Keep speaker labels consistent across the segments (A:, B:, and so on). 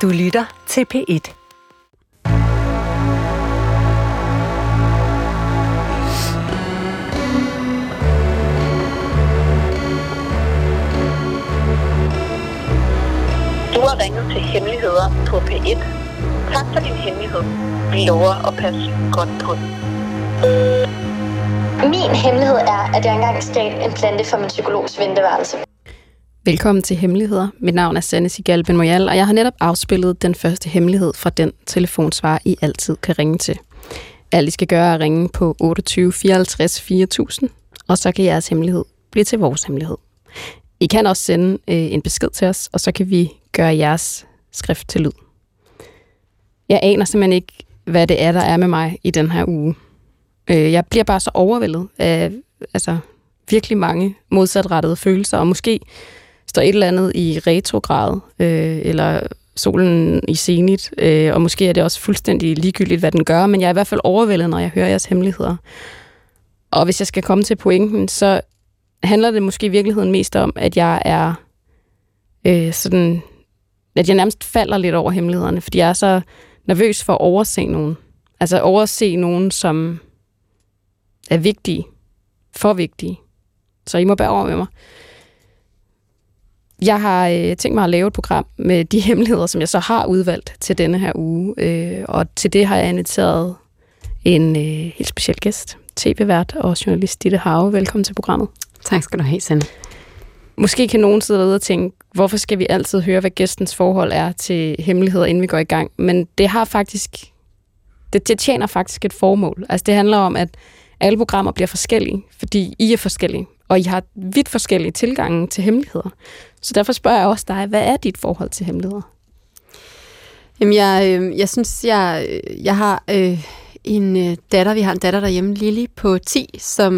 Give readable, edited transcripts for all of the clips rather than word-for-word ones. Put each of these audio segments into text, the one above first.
A: Du lytter til P1.
B: Du har ringet til Hemmeligheder på P1. Tak for din hemmelighed. Vi lover at passe godt på den.
C: Min hemmelighed er, at jeg engang stjal en plante fra min psykologs venteværelse.
D: Velkommen til Hemmeligheder. Mit navn er Sanne Sigal Ben-Moyal, og jeg har netop afspillet den første hemmelighed fra den telefonsvarer, I altid kan ringe til. Alt I skal gøre er at ringe på 28 54 4000, og så kan jeres hemmelighed blive til vores hemmelighed. I kan også sende en besked til os, og så kan vi gøre jeres skrift til lyd. Jeg aner simpelthen ikke, hvad det er, der er med mig i den her uge. Jeg bliver bare så overvældet af virkelig mange modsatrettede følelser, og måske står et eller andet i retrograd, eller solen i zenit, og måske er det også fuldstændig ligegyldigt, hvad den gør, men jeg er i hvert fald overvældet, når jeg hører jeres hemmeligheder. Og hvis jeg skal komme til pointen, så handler det måske i virkeligheden mest om, at jeg er at jeg nærmest falder lidt over hemmelighederne, fordi jeg er så nervøs for at overse nogen. Altså overse nogen, som er vigtige, for vigtige. Så I må bære over med mig. Jeg har tænkt mig at lave et program med de hemmeligheder, som jeg så har udvalgt til denne her uge. Og til det har jeg inviteret en helt speciel gæst, tv-vært og journalist Ditte Have. Velkommen til programmet.
E: Tak skal du have, Sanne.
D: Måske kan nogen sidde derude og tænke, hvorfor skal vi altid høre, hvad gæstens forhold er til hemmeligheder, inden vi går i gang? Men det har faktisk, det tjener faktisk et formål. Altså det handler om, at alle programmer bliver forskellige, fordi I er forskellige, og I har vidt forskellige tilgange til hemmeligheder. Så derfor spørger jeg også dig, hvad er dit forhold til hemmeligheder?
E: Jamen, jeg synes, jeg har en datter. Vi har en datter derhjemme, Lili, på 10, som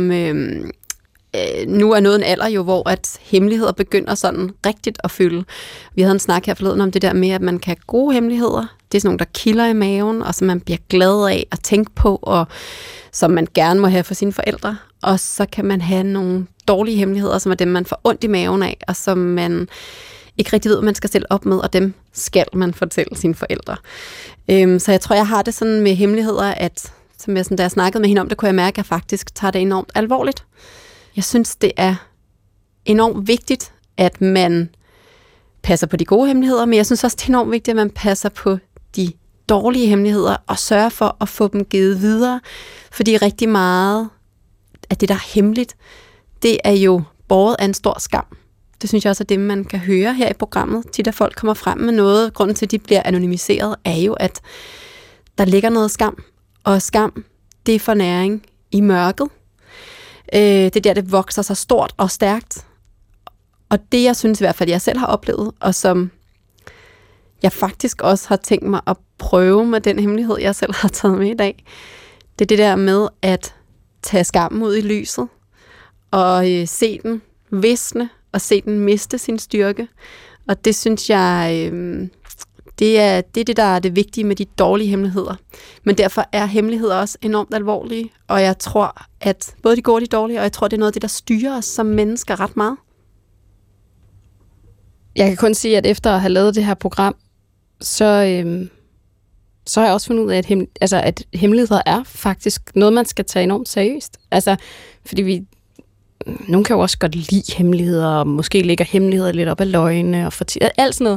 E: nu er nået en alder jo, hvor at hemmeligheder begynder sådan rigtigt at fylde. Vi havde en snak her forleden om det der med, at man kan have gode hemmeligheder. Det er sådan nogle, der kilder i maven, og som man bliver glad af at tænke på, og som man gerne må have for sine forældre. Og så kan man have nogle dårlige hemmeligheder, som er dem, man får ondt i maven af, og som man ikke rigtig ved, hvad man skal stille op med, og dem skal man fortælle sine forældre. Så jeg tror, jeg har det sådan med hemmeligheder, at som jeg, sådan, da jeg snakkede med hende om det, kunne jeg mærke, at jeg faktisk tager det enormt alvorligt. Jeg synes, det er enormt vigtigt, at man passer på de gode hemmeligheder, men jeg synes også, det er enormt vigtigt, at man passer på de dårlige hemmeligheder og sørger for at få dem givet videre, fordi rigtig meget af det, der er hemmeligt, det er jo båret af en stor skam. Det synes jeg også er det, man kan høre her i programmet. Tit at folk kommer frem med noget. Grunden til, at de bliver anonymiseret, er jo, at der ligger noget skam. Og skam, det er fornæring i mørket. Det er der, det vokser sig stort og stærkt. Og det, jeg synes i hvert fald, jeg selv har oplevet, og som jeg faktisk også har tænkt mig at prøve med den hemmelighed, jeg selv har taget med i dag, det er det der med at tage skammen ud i lyset, og se den visne, og se den miste sin styrke. Og det synes jeg, det er det, der er det vigtige med de dårlige hemmeligheder. Men derfor er hemmeligheder også enormt alvorlige, og jeg tror, at både de gode og de dårlige, og jeg tror, det er noget af det, der styrer os som mennesker ret meget.
D: Jeg kan kun sige, at efter at have lavet det her program, så har jeg også fundet ud af, at hemmeligheder er faktisk noget, man skal tage enormt seriøst. Altså, fordi nogen kan jo også godt lide hemmeligheder, og måske lægger hemmeligheder lidt op ad løgne, og alt sådan noget.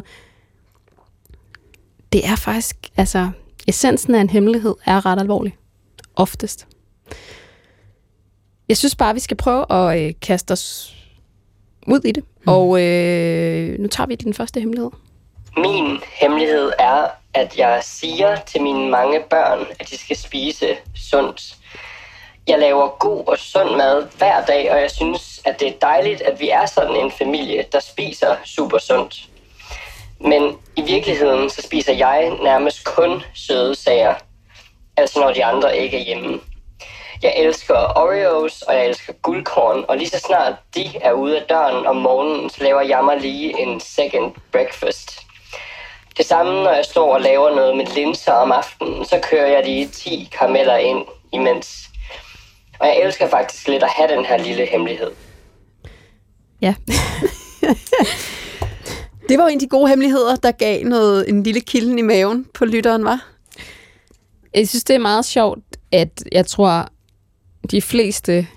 D: Det er faktisk, essensen af en hemmelighed er ret alvorlig. Oftest. Jeg synes bare, vi skal prøve at kaste os ud i det. Og nu tager vi din første hemmelighed.
F: Min hemmelighed er, at jeg siger til mine mange børn, at de skal spise sundt. Jeg laver god og sund mad hver dag, og jeg synes, at det er dejligt, at vi er sådan en familie, der spiser super sundt. Men i virkeligheden, så spiser jeg nærmest kun søde sager. Altså når de andre ikke er hjemme. Jeg elsker Oreos, og jeg elsker guldkorn, og lige så snart de er ude af døren om morgenen, så laver jeg mig lige en second breakfast. Det samme, når jeg står og laver noget med linser om aftenen, så kører jeg lige 10 karameller ind imens. Og jeg elsker faktisk lidt at have den her lille hemmelighed.
D: Ja.
E: Det var jo en af de gode hemmeligheder, der gav en lille kilden i maven på lytteren, var.
D: Jeg synes, det er meget sjovt, at jeg tror, de fleste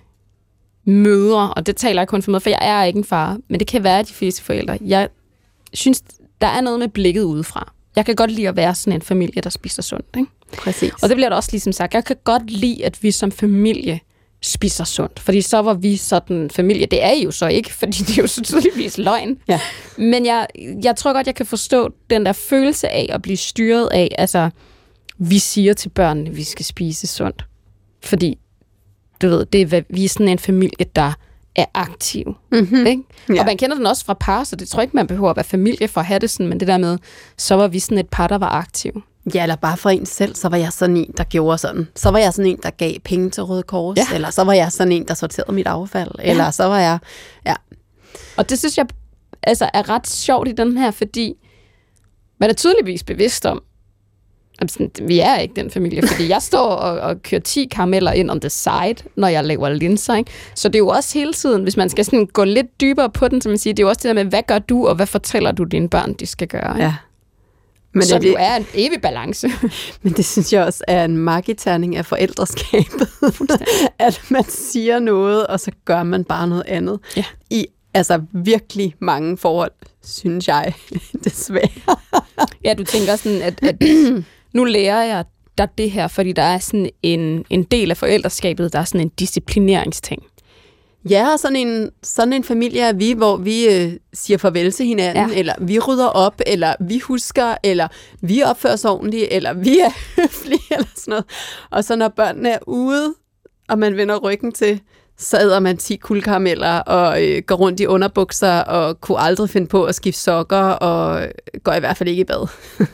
D: mødre, og det taler jeg kun for mig, for jeg er ikke en far, men det kan være de fleste forældre. Jeg synes, der er noget med blikket udefra. Jeg kan godt lide at være sådan en familie, der spiser sundt, ikke?
E: Præcis.
D: Og det bliver der også ligesom sagt. Jeg kan godt lide, at vi som familie spiser sundt, fordi så var vi sådan en familie. Det er I jo så ikke, fordi det er jo så tydeligvis løgn.
E: Ja.
D: Men jeg tror godt, jeg kan forstå den der følelse af at blive styret af, altså, vi siger til børnene, at vi skal spise sundt. Fordi, du ved, vi er sådan en familie, der er aktiv. Mm-hmm. Ikke? Ja. Og man kender den også fra par, så det tror jeg ikke, man behøver at være familie for at have det sådan, men det der med, så var vi sådan et par, der var aktiv.
E: Ja, eller bare for en selv, så var jeg sådan en, der gjorde sådan. Så var jeg sådan en, der gav penge til Røde Kors, eller så var jeg sådan en, der sorterede mit affald, eller så var jeg... Ja.
D: Og det synes jeg altså, er ret sjovt i den her, fordi man er tydeligvis bevidst om, at vi er ikke den familie, fordi jeg står og kører 10 karameller ind on the side, når jeg laver linser, ikke? Så det er jo også hele tiden, hvis man skal sådan gå lidt dybere på den, som man siger, det er jo også det der med, hvad gør du, og hvad fortæller du dine børn, de skal gøre, ikke? Ja. Men så det jo er en evig balance.
E: Men det synes jeg også er en magiterning af forældreskabet. At man siger noget, og så gør man bare noget andet. Ja. I altså virkelig mange forhold, synes jeg, desværre.
D: Ja, du tænker sådan, at nu lærer jeg dig det her, fordi der er sådan en del af forældreskabet, der er sådan en disciplineringsting.
E: Ja, og sådan en familie er vi, hvor vi siger farvel til hinanden, eller vi rydder op, eller vi husker, eller vi opfører os ordentligt, eller vi er høflige, eller sådan noget. Og så når børnene er ude, og man vender ryggen til, så æder man 10 kuldkarameller, og går rundt i underbukser, og kunne aldrig finde på at skifte sokker, og går i hvert fald ikke i bad.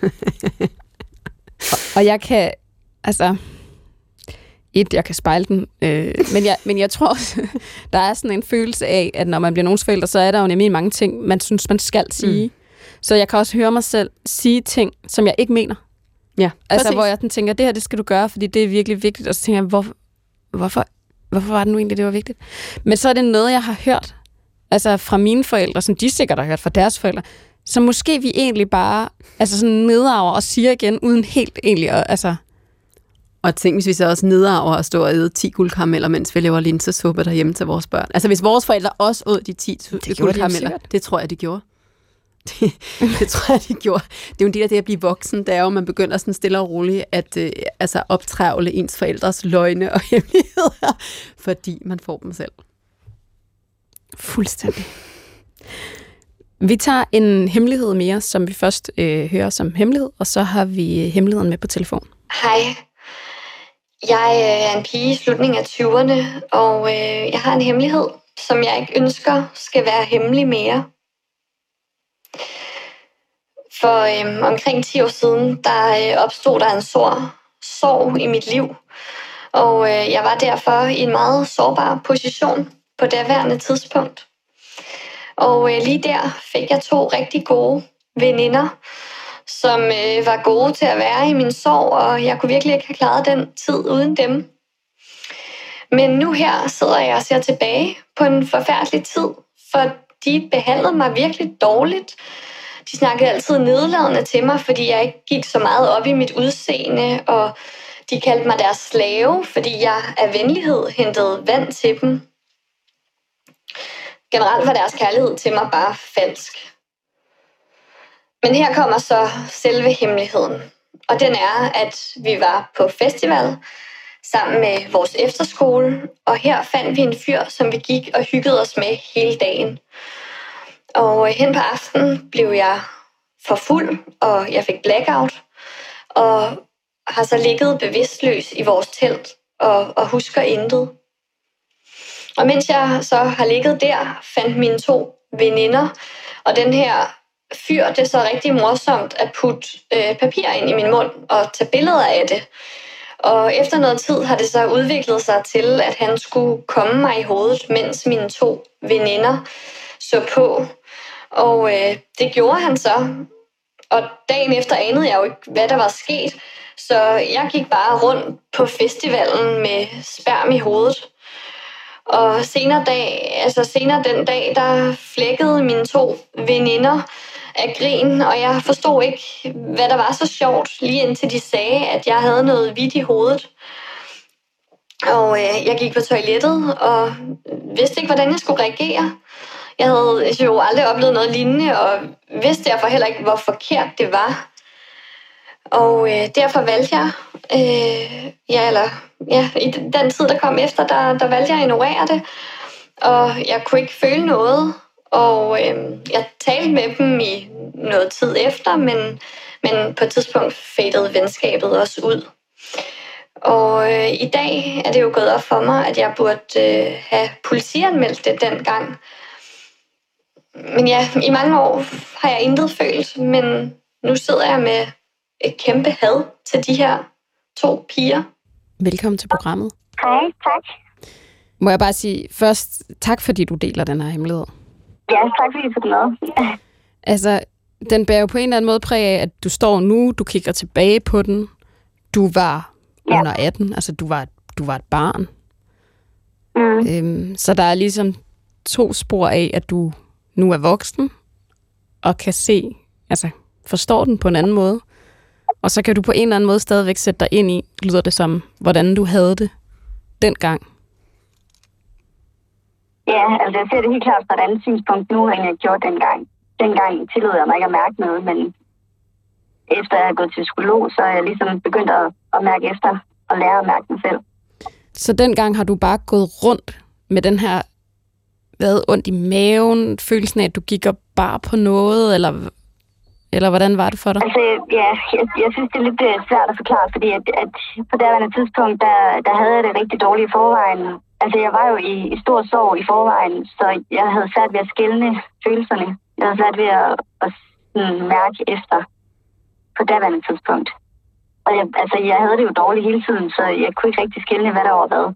D: Og jeg kan, altså... jeg kan spejle den, men jeg tror også, der er sådan en følelse af, at når man bliver nogens forældre, så er der jo nemlig mange ting, man synes, man skal sige. Så jeg kan også høre mig selv sige ting, som jeg ikke mener.
E: Ja,
D: altså, hvor jeg tænker, det her, det skal du gøre, fordi det er virkelig vigtigt. Og så tænker jeg, hvorfor var det nu egentlig, det var vigtigt? Men så er det noget, jeg har hørt, altså fra mine forældre, som de sikkert har hørt fra deres forældre, så måske vi egentlig bare altså sådan nedarver og siger igen, uden helt egentlig altså...
E: Og tænk, hvis vi så også nedarver at stå og æde 10 guldkarameller, mens vi laver linsesuppe derhjemme til vores børn. Altså hvis vores forældre også åd de 10 guldkarameller, det tror jeg, de gjorde. Det tror jeg, de gjorde. Det er jo en del af det at blive voksen, det er jo, man begynder sådan stille og roligt at optrævle ens forældres løgne og hemmeligheder, fordi man får dem selv.
D: Fuldstændig. Vi tager en hemmelighed mere, som vi først hører som hemmelighed, og så har vi hemmeligheden med på telefon.
C: Hej. Jeg er en pige i slutningen af 20'erne, og jeg har en hemmelighed, som jeg ikke ønsker skal være hemmelig mere. For omkring 10 år siden, der opstod der en sorg i mit liv, og jeg var derfor i en meget sårbar position på daværende tidspunkt. Og lige der fik jeg 2 rigtig gode veninder, som var gode til at være i min sorg, og jeg kunne virkelig ikke have klaret den tid uden dem. Men nu her sidder jeg og ser tilbage på en forfærdelig tid, for de behandlede mig virkelig dårligt. De snakkede altid nedladende til mig, fordi jeg ikke gik så meget op i mit udseende, og de kaldte mig deres slave, fordi jeg af venlighed hentede vand til dem. Generelt var deres kærlighed til mig bare falsk. Men her kommer så selve hemmeligheden. Og den er, at vi var på festival sammen med vores efterskole, og her fandt vi en fyr, som vi gik og hyggede os med hele dagen. Og hen på aftenen blev jeg for fuld, og jeg fik blackout, og har så ligget bevidstløs i vores telt og husker intet. Og mens jeg så har ligget der, fandt mine 2 veninder, og den her fyr, det er så rigtig morsomt at putte papir ind i min mund og tage billeder af det. Og efter noget tid har det så udviklet sig til, at han skulle komme mig i hovedet, mens mine 2 veninder så på. Og det gjorde han så. Og dagen efter anede jeg jo ikke, hvad der var sket. Så jeg gik bare rundt på festivalen med sperm i hovedet. Og senere den dag, der flækkede mine 2 veninder af grin, og jeg forstod ikke, hvad der var så sjovt, lige indtil de sagde, at jeg havde noget hvidt i hovedet. Og jeg gik på toilettet og vidste ikke, hvordan jeg skulle reagere. Jeg havde jo aldrig oplevet noget lignende, og vidste derfor heller ikke, hvor forkert det var. Og derfor valgte jeg, i den tid, der kom efter, der valgte jeg at ignorere det. Og jeg kunne ikke føle noget. Og jeg talte med dem i noget tid efter, men på et tidspunkt fadede venskabet også ud. Og i dag er det jo gået op for mig, at jeg burde have politianmeldt det dengang. Men ja, i mange år har jeg intet følt, men nu sidder jeg med et kæmpe had til de her 2 piger.
D: Velkommen til programmet.
A: Hej, tak.
D: Må jeg bare sige først, tak fordi du deler den her hemmelighed.
A: Ja, tak fordi du tog med.
D: Altså, den bærer jo på en eller anden måde præg af, at du står nu, du kigger tilbage på den. Du var under 18, altså du var et barn. Så der er ligesom 2 spor af, at du nu er voksen, og kan se, altså forstår den på en anden måde. Og så kan du på en eller anden måde stadigvæk sætte dig ind i, lyder det som, hvordan du havde det dengang.
A: Ja, altså jeg ser det helt klart fra et andet synspunkt nu, end jeg gjorde dengang. Dengang tillod jeg mig ikke at mærke noget, men efter jeg har gået til psykolog, så er jeg ligesom begyndt at mærke efter og lære at mærke mig selv.
D: Så dengang har du bare gået rundt med den her, ondt i maven, følelsen af, at du gik og bar på noget, eller hvordan var det for dig?
A: Altså, ja, jeg synes, det er lidt svært at forklare, fordi at på derværende tidspunkt, der havde jeg det rigtig dårligt i forvejen. Altså, jeg var jo i stor sorg i forvejen, så jeg havde svært ved at skelne følelserne. Jeg havde svært ved at mærke efter på derværende tidspunkt. Og jeg havde det jo dårligt hele tiden, så jeg kunne ikke rigtig skelne, hvad der var hvad.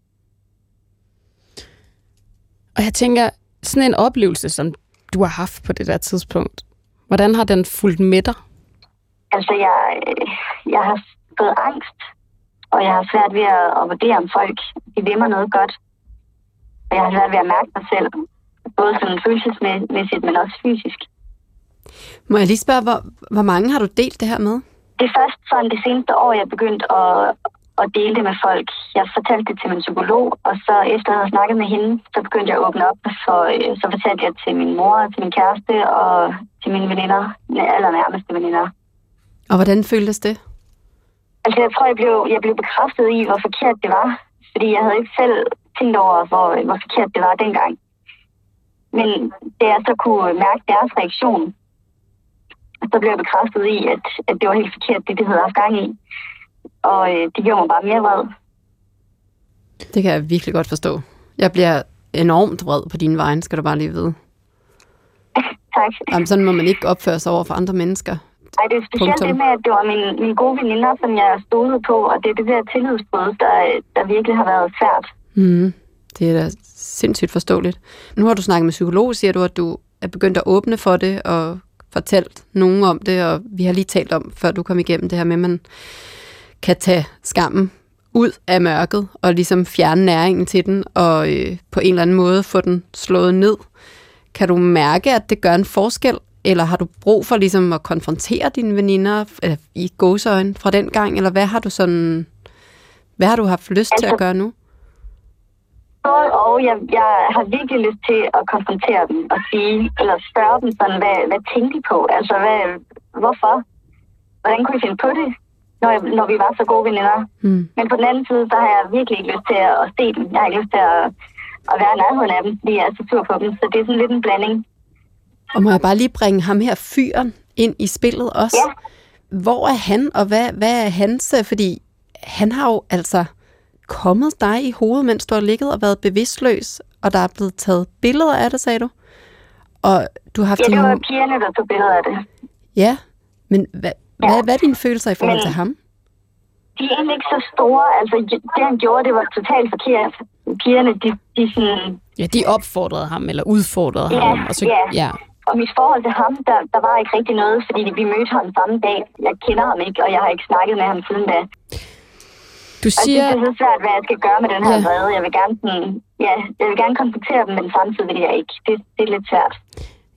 D: Og jeg tænker, sådan en oplevelse, som du har haft på det der tidspunkt, hvordan har den fulgt med dig?
A: Altså, jeg har fået angst, og jeg har svært ved at vurdere, om folk de vil mig noget godt. Og jeg har svært ved at mærke mig selv, både sådan følelsesmæssigt, men også fysisk.
E: Må jeg lige spørge, hvor mange har du delt det her med?
A: Det er først sådan det seneste år, jeg er begyndt at dele det med folk. Jeg fortalte det til min psykolog, og så efter jeg havde snakket med hende, så begyndte jeg at åbne op. Så fortalte jeg til min mor, til min kæreste og til mine veninder, mine allernærmeste veninder.
E: Og hvordan føltes det?
A: Altså jeg tror, jeg blev bekræftet i, hvor forkert det var. Fordi jeg havde ikke selv tænkt over, hvor forkert det var dengang. Men da jeg så kunne mærke deres reaktion, så blev jeg bekræftet i, at det var helt forkert, det havde haft gang i. Og det gjorde mig bare mere vred.
E: Det kan jeg virkelig godt forstå. Jeg bliver enormt vred på dine vegne, skal du bare lige vide.
A: Tak.
E: Jamen, sådan må man ikke opføre sig over for andre mennesker.
A: Nej, det er specielt det med, at det var mine gode veninder, som jeg stolede på, og det er det der tillidsbrud, der virkelig har været svært.
E: Det er da sindssygt forståeligt. Nu har du snakket med psykolog, siger du, at du er begyndt at åbne for det, og fortalt nogen om det, og vi har lige talt om, før du kom igennem det her med, at man kan tage skammen ud af mørket, og ligesom fjerne næringen til den, og på en eller anden måde få den slået ned. Kan du mærke, at det gør en forskel, eller har du brug for ligesom at konfrontere dine veninder i gåseøjne fra den gang, eller hvad har du haft lyst til at gøre nu?
A: Og jeg har virkelig lyst til at konfrontere dem og sige, eller spørge dem sådan, hvad tænkte de på? Altså, hvorfor? Hvordan kunne I finde på det, når vi var så gode veninder? Men på den anden side, så har jeg virkelig ikke lyst til at se dem. Jeg har ikke lyst til at være i nærheden af dem, fordi jeg er så sur på dem. Så det er sådan lidt en blanding.
E: Og må jeg bare lige bringe ham her fyren ind i spillet også?
A: Ja.
E: Hvor er han, og hvad er hans? Fordi han har jo altså kommet dig i hovedet, mens du har ligget og været bevidstløs, og der er blevet taget billeder af det, sagde du? Og du har haft
A: det var pigerne, der tog billeder af det.
E: Ja, men hvad er dine følelser i forhold til ham?
A: De er egentlig ikke så store. Altså, det han gjorde, det var totalt forkert. Pigerne, de sådan...
D: Ja, de opfordrede ham, eller udfordrede ham. Og så, ja.
A: Og mit forhold til ham, der var ikke rigtig noget, fordi vi mødte ham samme dag. Jeg kender ham ikke, og jeg har ikke snakket med ham siden da.
D: Du siger...
A: Og det er så svært, hvad jeg skal gøre med den her vrede. Jeg vil gerne konfrontere dem, men samtidig vil jeg ikke. Det er lidt svært.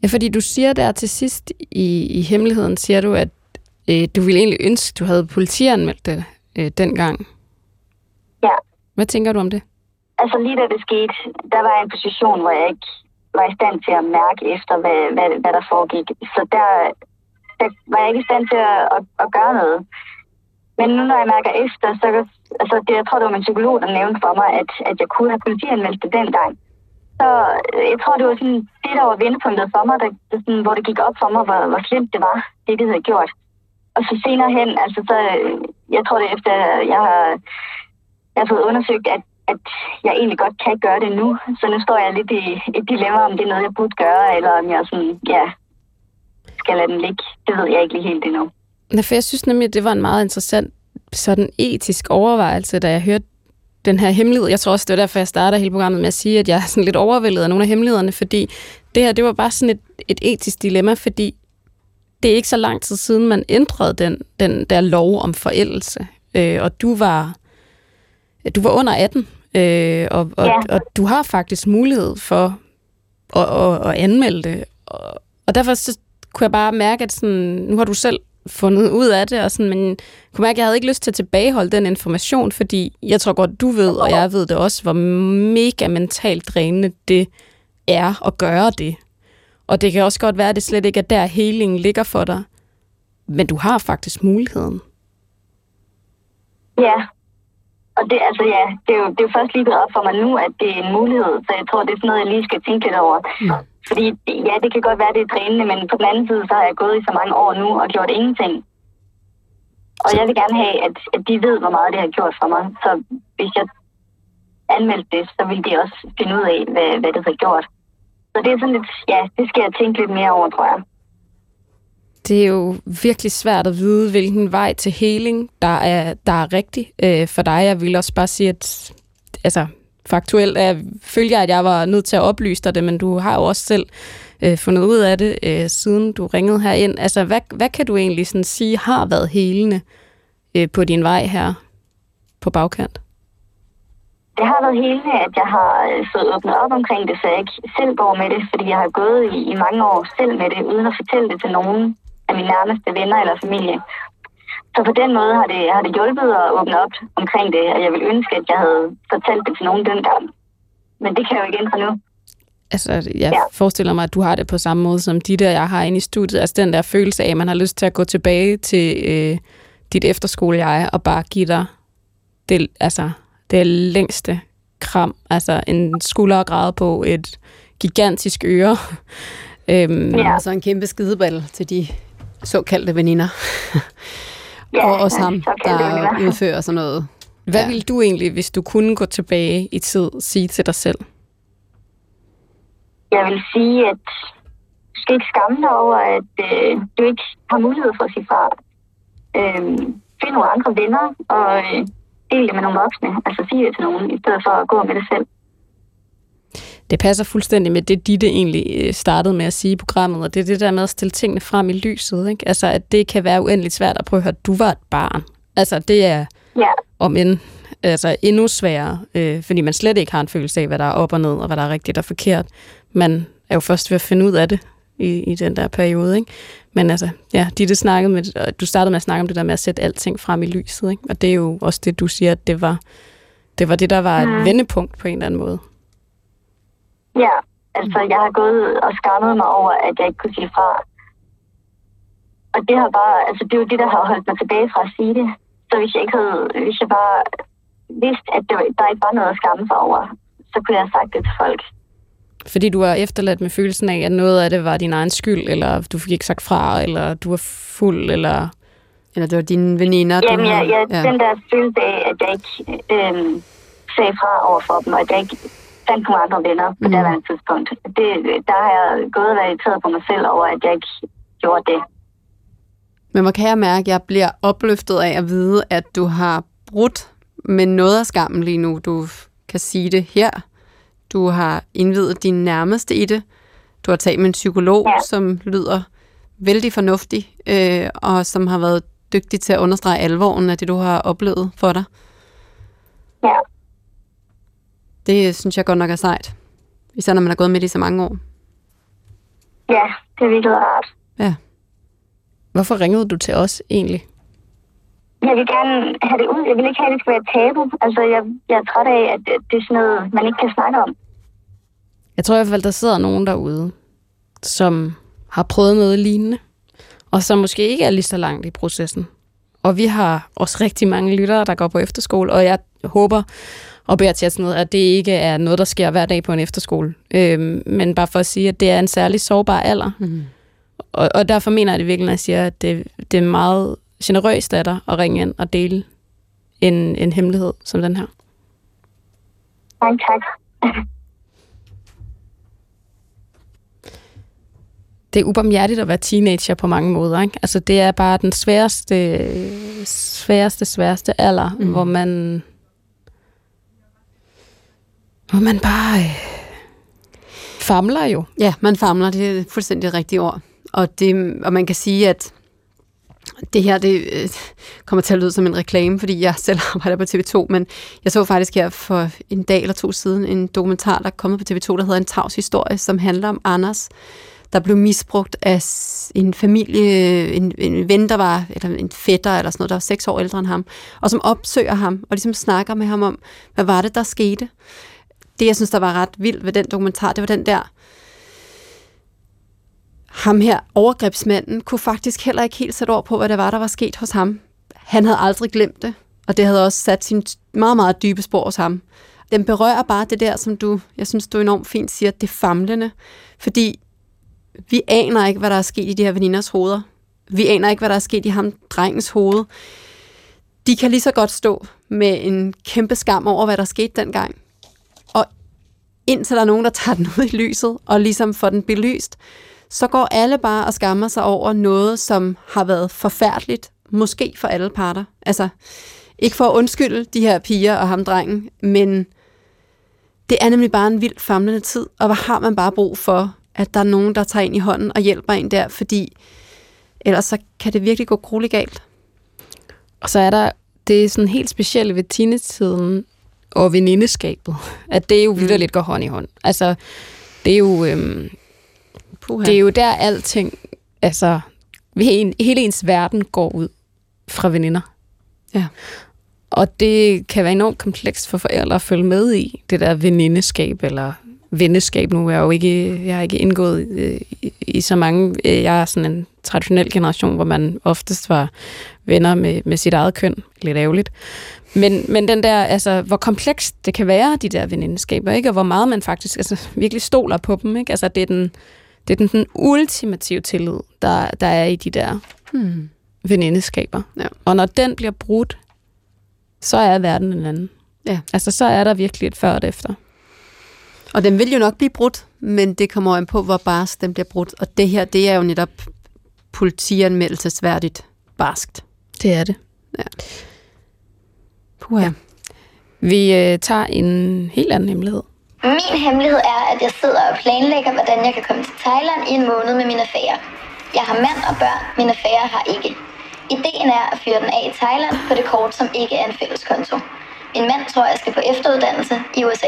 D: Ja, fordi du siger der til sidst i hemmeligheden, siger du, at du ville egentlig ønske, du havde politianmeldt det dengang.
A: Ja.
D: Hvad tænker du om det?
A: Altså lige da det skete, der var jeg i en position, hvor jeg ikke var i stand til at mærke efter, hvad der foregik. Så der var jeg ikke i stand til at gøre noget. Men nu når jeg mærker efter, så altså jeg tror, det var min psykolog, der nævnte for mig, at jeg kunne have politianmeldt det dengang. Så jeg tror, det var sådan det, der var vendepunktet for mig, hvor det gik op for mig, hvor slemt det var, det havde gjort. Og så senere hen, altså så, jeg tror det efter, jeg har fået undersøgt, at jeg egentlig godt kan gøre det nu. Så nu står jeg lidt i et dilemma, om det er noget, jeg burde gøre, eller om jeg sådan, skal lade den ligge. Det ved jeg ikke lige helt endnu.
D: For jeg synes nemlig, at det var en meget interessant sådan etisk overvejelse, da jeg hørte den her hemmelighed. Jeg tror også, det var derfor, jeg starter hele programmet med at sige, at jeg er sådan lidt overvældet af nogle af hemmelighederne, fordi det her, det var bare sådan et etisk dilemma, fordi det er ikke så lang tid siden, man ændrede den der lov om forældelse. Og du var under 18, og du har faktisk mulighed for at anmelde det. Og derfor så kunne jeg bare mærke, at sådan, nu har du selv fundet ud af det, og sådan, men jeg kunne mærke, at jeg havde ikke lyst til at tilbageholde den information, fordi jeg tror godt, du ved, og jeg ved det også, hvor mega mentalt drænende det er at gøre det. Og det kan også godt være, at det slet ikke er der, helingen ligger for dig. Men du har faktisk muligheden.
A: Ja. Og det, altså det er jo først lige gået op for mig nu, at det er en mulighed. Så jeg tror, det er sådan noget, jeg lige skal tænke lidt over. Ja. Fordi det kan godt være, at det er drænende, men på den anden side, så har jeg gået i så mange år nu og gjort ingenting. Og jeg vil gerne have, at de ved, hvor meget det har gjort for mig. Så hvis jeg anmeldte det, så vil de også finde ud af, hvad det har gjort. Så det er sådan lidt, det skal jeg tænke lidt mere over, tror jeg.
D: Det er jo virkelig svært at vide, hvilken vej til heling, der er rigtig for dig. Jeg vil også bare sige, at altså, faktuelt følger jeg, at jeg var nødt til at oplyse dig det, men du har jo også selv fundet ud af det, siden du ringede herind. Altså, hvad kan du egentlig sådan sige har været helende på din vej her på bagkant?
A: Det har været helende, at jeg har fået åbnet op omkring det, så jeg ikke selv går med det, fordi jeg har gået i mange år selv med det, uden at fortælle det til nogen af mine nærmeste venner eller familie. Så på den måde har det hjulpet at åbne op omkring det, og jeg vil ønske, at jeg havde fortalt det til nogen dengang. Men det kan jeg jo ikke ændre nu.
D: Altså, jeg forestiller mig, at du har det på samme måde som de der, jeg har inde i studiet. Altså den der følelse af, at man har lyst til at gå tilbage til dit efterskole-jeg og bare give dig det længste kram. Altså en skulder at græde på, et gigantisk øre.
E: Og så en kæmpe skideball til de såkaldte veninder. Og også ham, der udfører sådan noget.
D: Hvad ville du egentlig, hvis du kunne gå tilbage i tid, sige til dig selv?
A: Jeg vil sige, at du skal ikke skamme dig over, at du ikke har mulighed for at sige fra. Find nogle andre venner, og del det med nogle voksne. Altså sige det til nogen, i stedet for at gå med det selv.
D: Det passer fuldstændig med det, Ditte egentlig startede med at sige i programmet, og det er det der med at stille tingene frem i lyset, ikke? Altså, at det kan være uendeligt svært at prøve at høre, at du var et barn. Altså, det er endnu sværere, fordi man slet ikke har en følelse af, hvad der er op og ned, og hvad der er rigtigt og forkert. Man er jo først ved at finde ud af det i den der periode, ikke? Men altså, Ditte du startede med at snakke om det der med at sætte alting frem i lyset, ikke? Og det er jo også det, du siger, at det var det, der var et vendepunkt på en eller anden måde.
A: Ja, altså jeg har gået og skammet mig over, at jeg ikke kunne sige fra. Og det har bare, altså det er jo det, der har holdt mig tilbage fra at sige det. Så hvis jeg bare vidste, at der ikke var noget at skamme sig over, så kunne jeg have sagt det til folk.
D: Fordi du var efterladt med følelsen af, at noget af det var din egen skyld, eller du fik ikke sagt fra, eller du var fuld, eller
E: det var dine veninder.
A: Jamen, den der følelse af, at jeg ikke sagde fra over for dem, og at jeg ikke fandt nogle andre venner på det tidspunkt. Der har jeg gået og været irriteret på mig selv over, at jeg ikke gjorde det.
E: Men hvor kan jeg mærke, at jeg bliver opløftet af at vide, at du har brudt med noget af skammen lige nu. Du kan sige det her. Du har indviet din nærmeste i det. Du har talt med en psykolog, som lyder vældig fornuftig, og som har været dygtig til at understrege alvoren af det, du har oplevet for dig.
A: Ja.
E: Det synes jeg godt nok er sejt. Især når man har gået med det i så mange år.
A: Ja, det er virkelig rart.
E: Ja.
D: Hvorfor ringede du til os egentlig?
A: Jeg vil gerne have det ud. Jeg vil ikke have, at det skal være tabu. Altså, jeg er træt af, at det er sådan noget, man ikke kan snakke om.
D: Jeg tror i hvert fald, der sidder nogen derude, som har prøvet noget lignende, og som måske ikke er lige så langt i processen. Og vi har også rigtig mange lyttere, der går på efterskole, og jeg håber og beder til at det ikke er noget, der sker hver dag på en efterskole. Men bare for at sige, at det er en særlig sårbar alder. Mm. Og derfor mener jeg det virkelig, når jeg siger, at det er meget generøst af dig at ringe ind og dele en hemmelighed som den her.
A: Mange tak.
D: Det er ubarmhjertigt at være teenager på mange måder, ikke? Altså, det er bare den sværeste alder, hvor man bare famler jo.
E: Ja, man famler, det er fuldstændig det rigtige ord. Og man kan sige, at det her, det kommer til at lyde som en reklame, fordi jeg selv arbejder på TV2, men jeg så faktisk her for en dag eller to siden en dokumentar, der er kommet på TV2, der hedder En tavs historie, som handler om Anders, der blev misbrugt af en familie, en ven, der var, eller en fætter eller sådan noget, der var 6 år ældre end ham, og som opsøger ham, og ligesom snakker med ham om, hvad var det, der skete. Det, jeg synes, der var ret vildt ved den dokumentar, det var den der, ham her, overgrebsmanden, kunne faktisk heller ikke helt sætte ord på, hvad det var, der var sket hos ham. Han havde aldrig glemt det, og det havde også sat sine meget, meget dybe spor hos ham. Den berører bare det der, som jeg synes, du enormt fint siger, det famlende, fordi vi aner ikke, hvad der er sket i de her veninders hoveder. Vi aner ikke, hvad der er sket i ham drengens hoved. De kan lige så godt stå med en kæmpe skam over, hvad der skete dengang. Og indtil der er nogen, der tager den ud i lyset, og ligesom får den belyst, så går alle bare og skammer sig over noget, som har været forfærdeligt, måske for alle parter. Altså, ikke for at undskylde de her piger og ham drengen, men det er nemlig bare en vildt famlende tid, og hvad har man bare brug for, at der er nogen, der tager ind i hånden og hjælper en der, fordi ellers så kan det virkelig gå grueligt galt. Og så er der det sådan helt specielle ved teenage-tiden og venindeskabet, at det jo vitterligt går hånd i hånd. Altså, det er jo det er jo der alting, altså hele ens verden går ud fra veninder. Ja. Og det kan være enormt komplekst for forældre at følge med i, det der venindeskab eller venneskab. Nu er jeg har ikke indgået i så mange. Jeg er sådan en traditionel generation, hvor man oftest var venner med sit eget køn. Lidt ærgerligt. Men den der, altså, hvor komplekst det kan være, de der venindeskaber, ikke? Og hvor meget man faktisk virkelig stoler på dem, ikke? Altså, det er den ultimative tillid, der er i de der venindeskaber. Ja. Og når den bliver brudt, så er verden en anden. Ja. Altså, så er der virkelig et før og et efter. Og den vil jo nok blive brudt, men det kommer an på, hvor barsk den bliver brudt. Og det her, det er jo netop politianmeldelsesværdigt barskt. Det er det. Ja. Ja. Vi tager en helt anden hemmelighed.
G: Min hemmelighed er, at jeg sidder og planlægger, hvordan jeg kan komme til Thailand i en måned med min affære. Jeg har mand og børn, min affære har ikke. Ideen er at fyre den af i Thailand på det kort, som ikke er en fælles konto. Min mand tror, jeg skal på efteruddannelse i USA.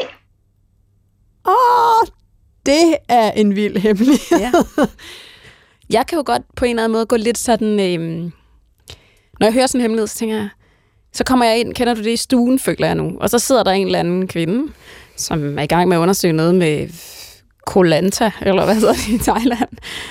E: Det er en vild hemmelighed. Ja.
D: Jeg kan jo godt på en eller anden måde gå lidt sådan... når jeg hører sådan en hemmelighed, så tænker jeg, så kommer jeg ind, kender du det i stuen, føler jeg nu. Og så sidder der en eller anden kvinde, som er i gang med at undersøge noget med Koh Lanta, eller hvad hedder det i Thailand.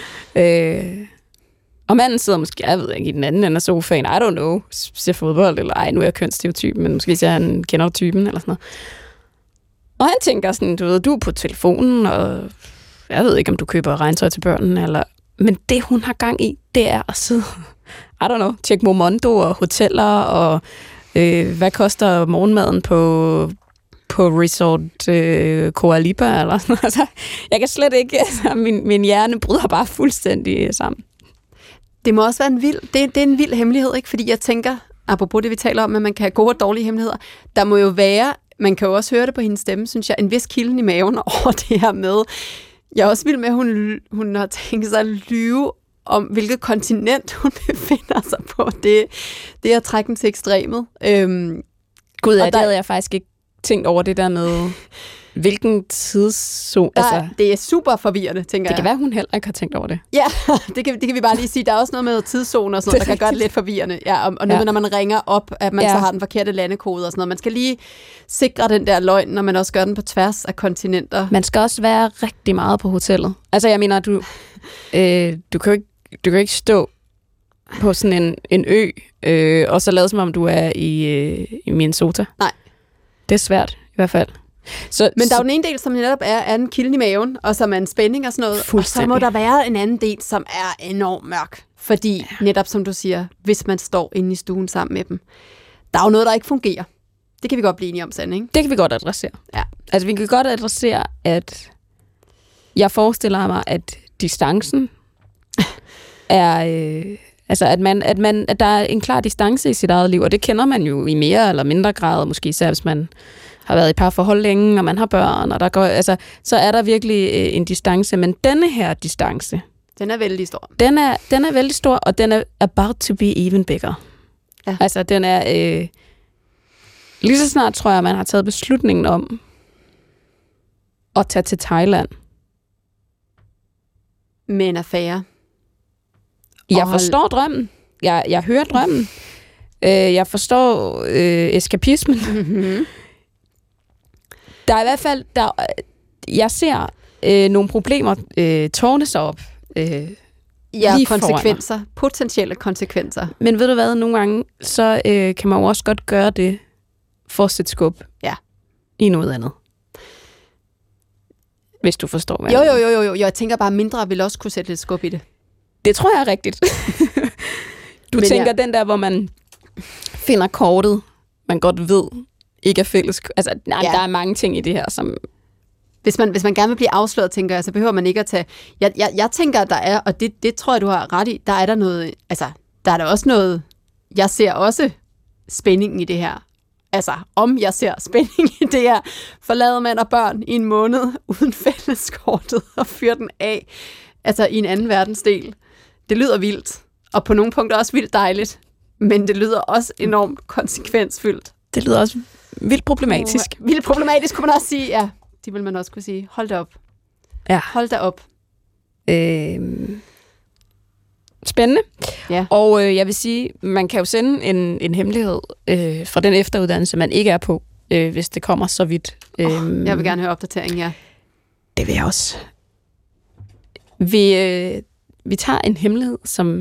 D: Og manden sidder måske, jeg ved ikke, i den anden ende af sofaen, I don't know, ser fodbold, eller ej, nu er jeg kønsstereotyp, men måske ser han kender typen, eller sådan noget. Og han tænker sådan, du er på telefonen, og jeg ved ikke, om du køber regntøj til børnene, eller... Men det, hun har gang i, det er at sidde, I don't know, tjekke Momondo og hoteller, og hvad koster morgenmaden på Resort Koh Lipa, eller sådan noget. Altså, jeg kan slet ikke, altså, min hjerne bryder bare fuldstændig sammen.
E: Det må også være det er en vild hemmelighed, ikke? Fordi jeg tænker, apropos det, vi taler om, at man kan have gode og dårlige hemmeligheder, der må jo være, man kan jo også høre det på hendes stemme, synes jeg, en vis kilden i maven over det her med. Jeg er også vild med, at hun har tænkt sig at lyve om, hvilket kontinent hun befinder sig på. Det er at trække den til ekstremet.
D: Gud, det havde jeg faktisk ikke tænkt over det der med... Hvilken tidszone?
E: Altså, det er super forvirrende, tænker jeg.
D: Det kan være, hun heller ikke har tænkt over det.
E: Ja, det kan vi bare lige sige. Der er også noget med tidszoner og sådan noget, der kan gøre det lidt forvirrende. Ja, og noget, når man ringer op, at man så har den forkerte landekode og sådan noget. Man skal lige sikre den der løgn, når man også gør den på tværs af kontinenter.
D: Man skal også være rigtig meget på hotellet. Altså, jeg mener, du kan jo ikke stå på sådan en ø, og så lade som om du er i Minnesota.
E: Nej.
D: Det er svært, i hvert fald.
E: Men der er jo den ene del, som netop er en kilden i maven, og som er en spænding og sådan noget. Og så må der være en anden del, som er enormt mørk. Fordi netop som du siger, hvis man står inde i stuen sammen med dem, der er jo noget, der ikke fungerer. Det kan vi godt blive enige om, Sanne, ikke?
D: Det kan vi godt adressere.
E: Ja.
D: Altså, vi kan godt adressere, at jeg forestiller mig, at distancen er... at der er en klar distance i sit eget liv, og det kender man jo i mere eller mindre grad, måske især hvis man har været i parforhold længe, og man har børn, og så er der virkelig en distance, men denne her distance,
E: den er vældig stor.
D: Den er vældig stor, og den er about to be even bigger. Ja. Altså, den er lige så snart, tror jeg, man har taget beslutningen om at tage til Thailand.
E: Med en affære.
D: Jeg forstår drømmen. Jeg hører drømmen. Jeg forstår eskapismen. Mm-hmm. Der er i hvert fald... jeg ser nogle problemer tårne sig op.
E: Konsekvenser. Potentielle konsekvenser.
D: Men ved du hvad? Nogle gange, så kan man jo også godt gøre det for at sætte skub i noget andet. Hvis du forstår, hvad
E: Jo. Jeg tænker bare, mindre vil også kunne sætte lidt skub i det.
D: Det tror jeg er rigtigt. Du tænker den der, hvor man finder kortet, man godt ved, ikke er fælles. Altså, der er mange ting i det her, som...
E: Hvis man gerne vil blive afsløret, tænker jeg, så behøver man ikke at tage... Jeg tænker, at der er, og det tror jeg, du har ret i, der er der noget... Altså, der er der også noget... Jeg ser også spændingen i det her. Altså, om jeg ser spænding i det her, forlader mand og børn i en måned uden fælleskortet og fyrer den af. Altså, i en anden verdensdel. Det lyder vildt, og på nogle punkter også vildt dejligt, men det lyder også enormt konsekvensfyldt.
D: Det lyder også vildt problematisk.
E: Vildt problematisk, kunne man også sige. Ja, det vil man også kunne sige. Hold da op.
D: Ja.
E: Hold da op.
D: Spændende.
E: Ja.
D: Og jeg vil sige, man kan jo sende en hemmelighed fra den efteruddannelse, man ikke er på, hvis det kommer så vidt.
E: Jeg vil gerne høre opdateringen, ja.
D: Det vil jeg også. Vi tager en hemmelighed,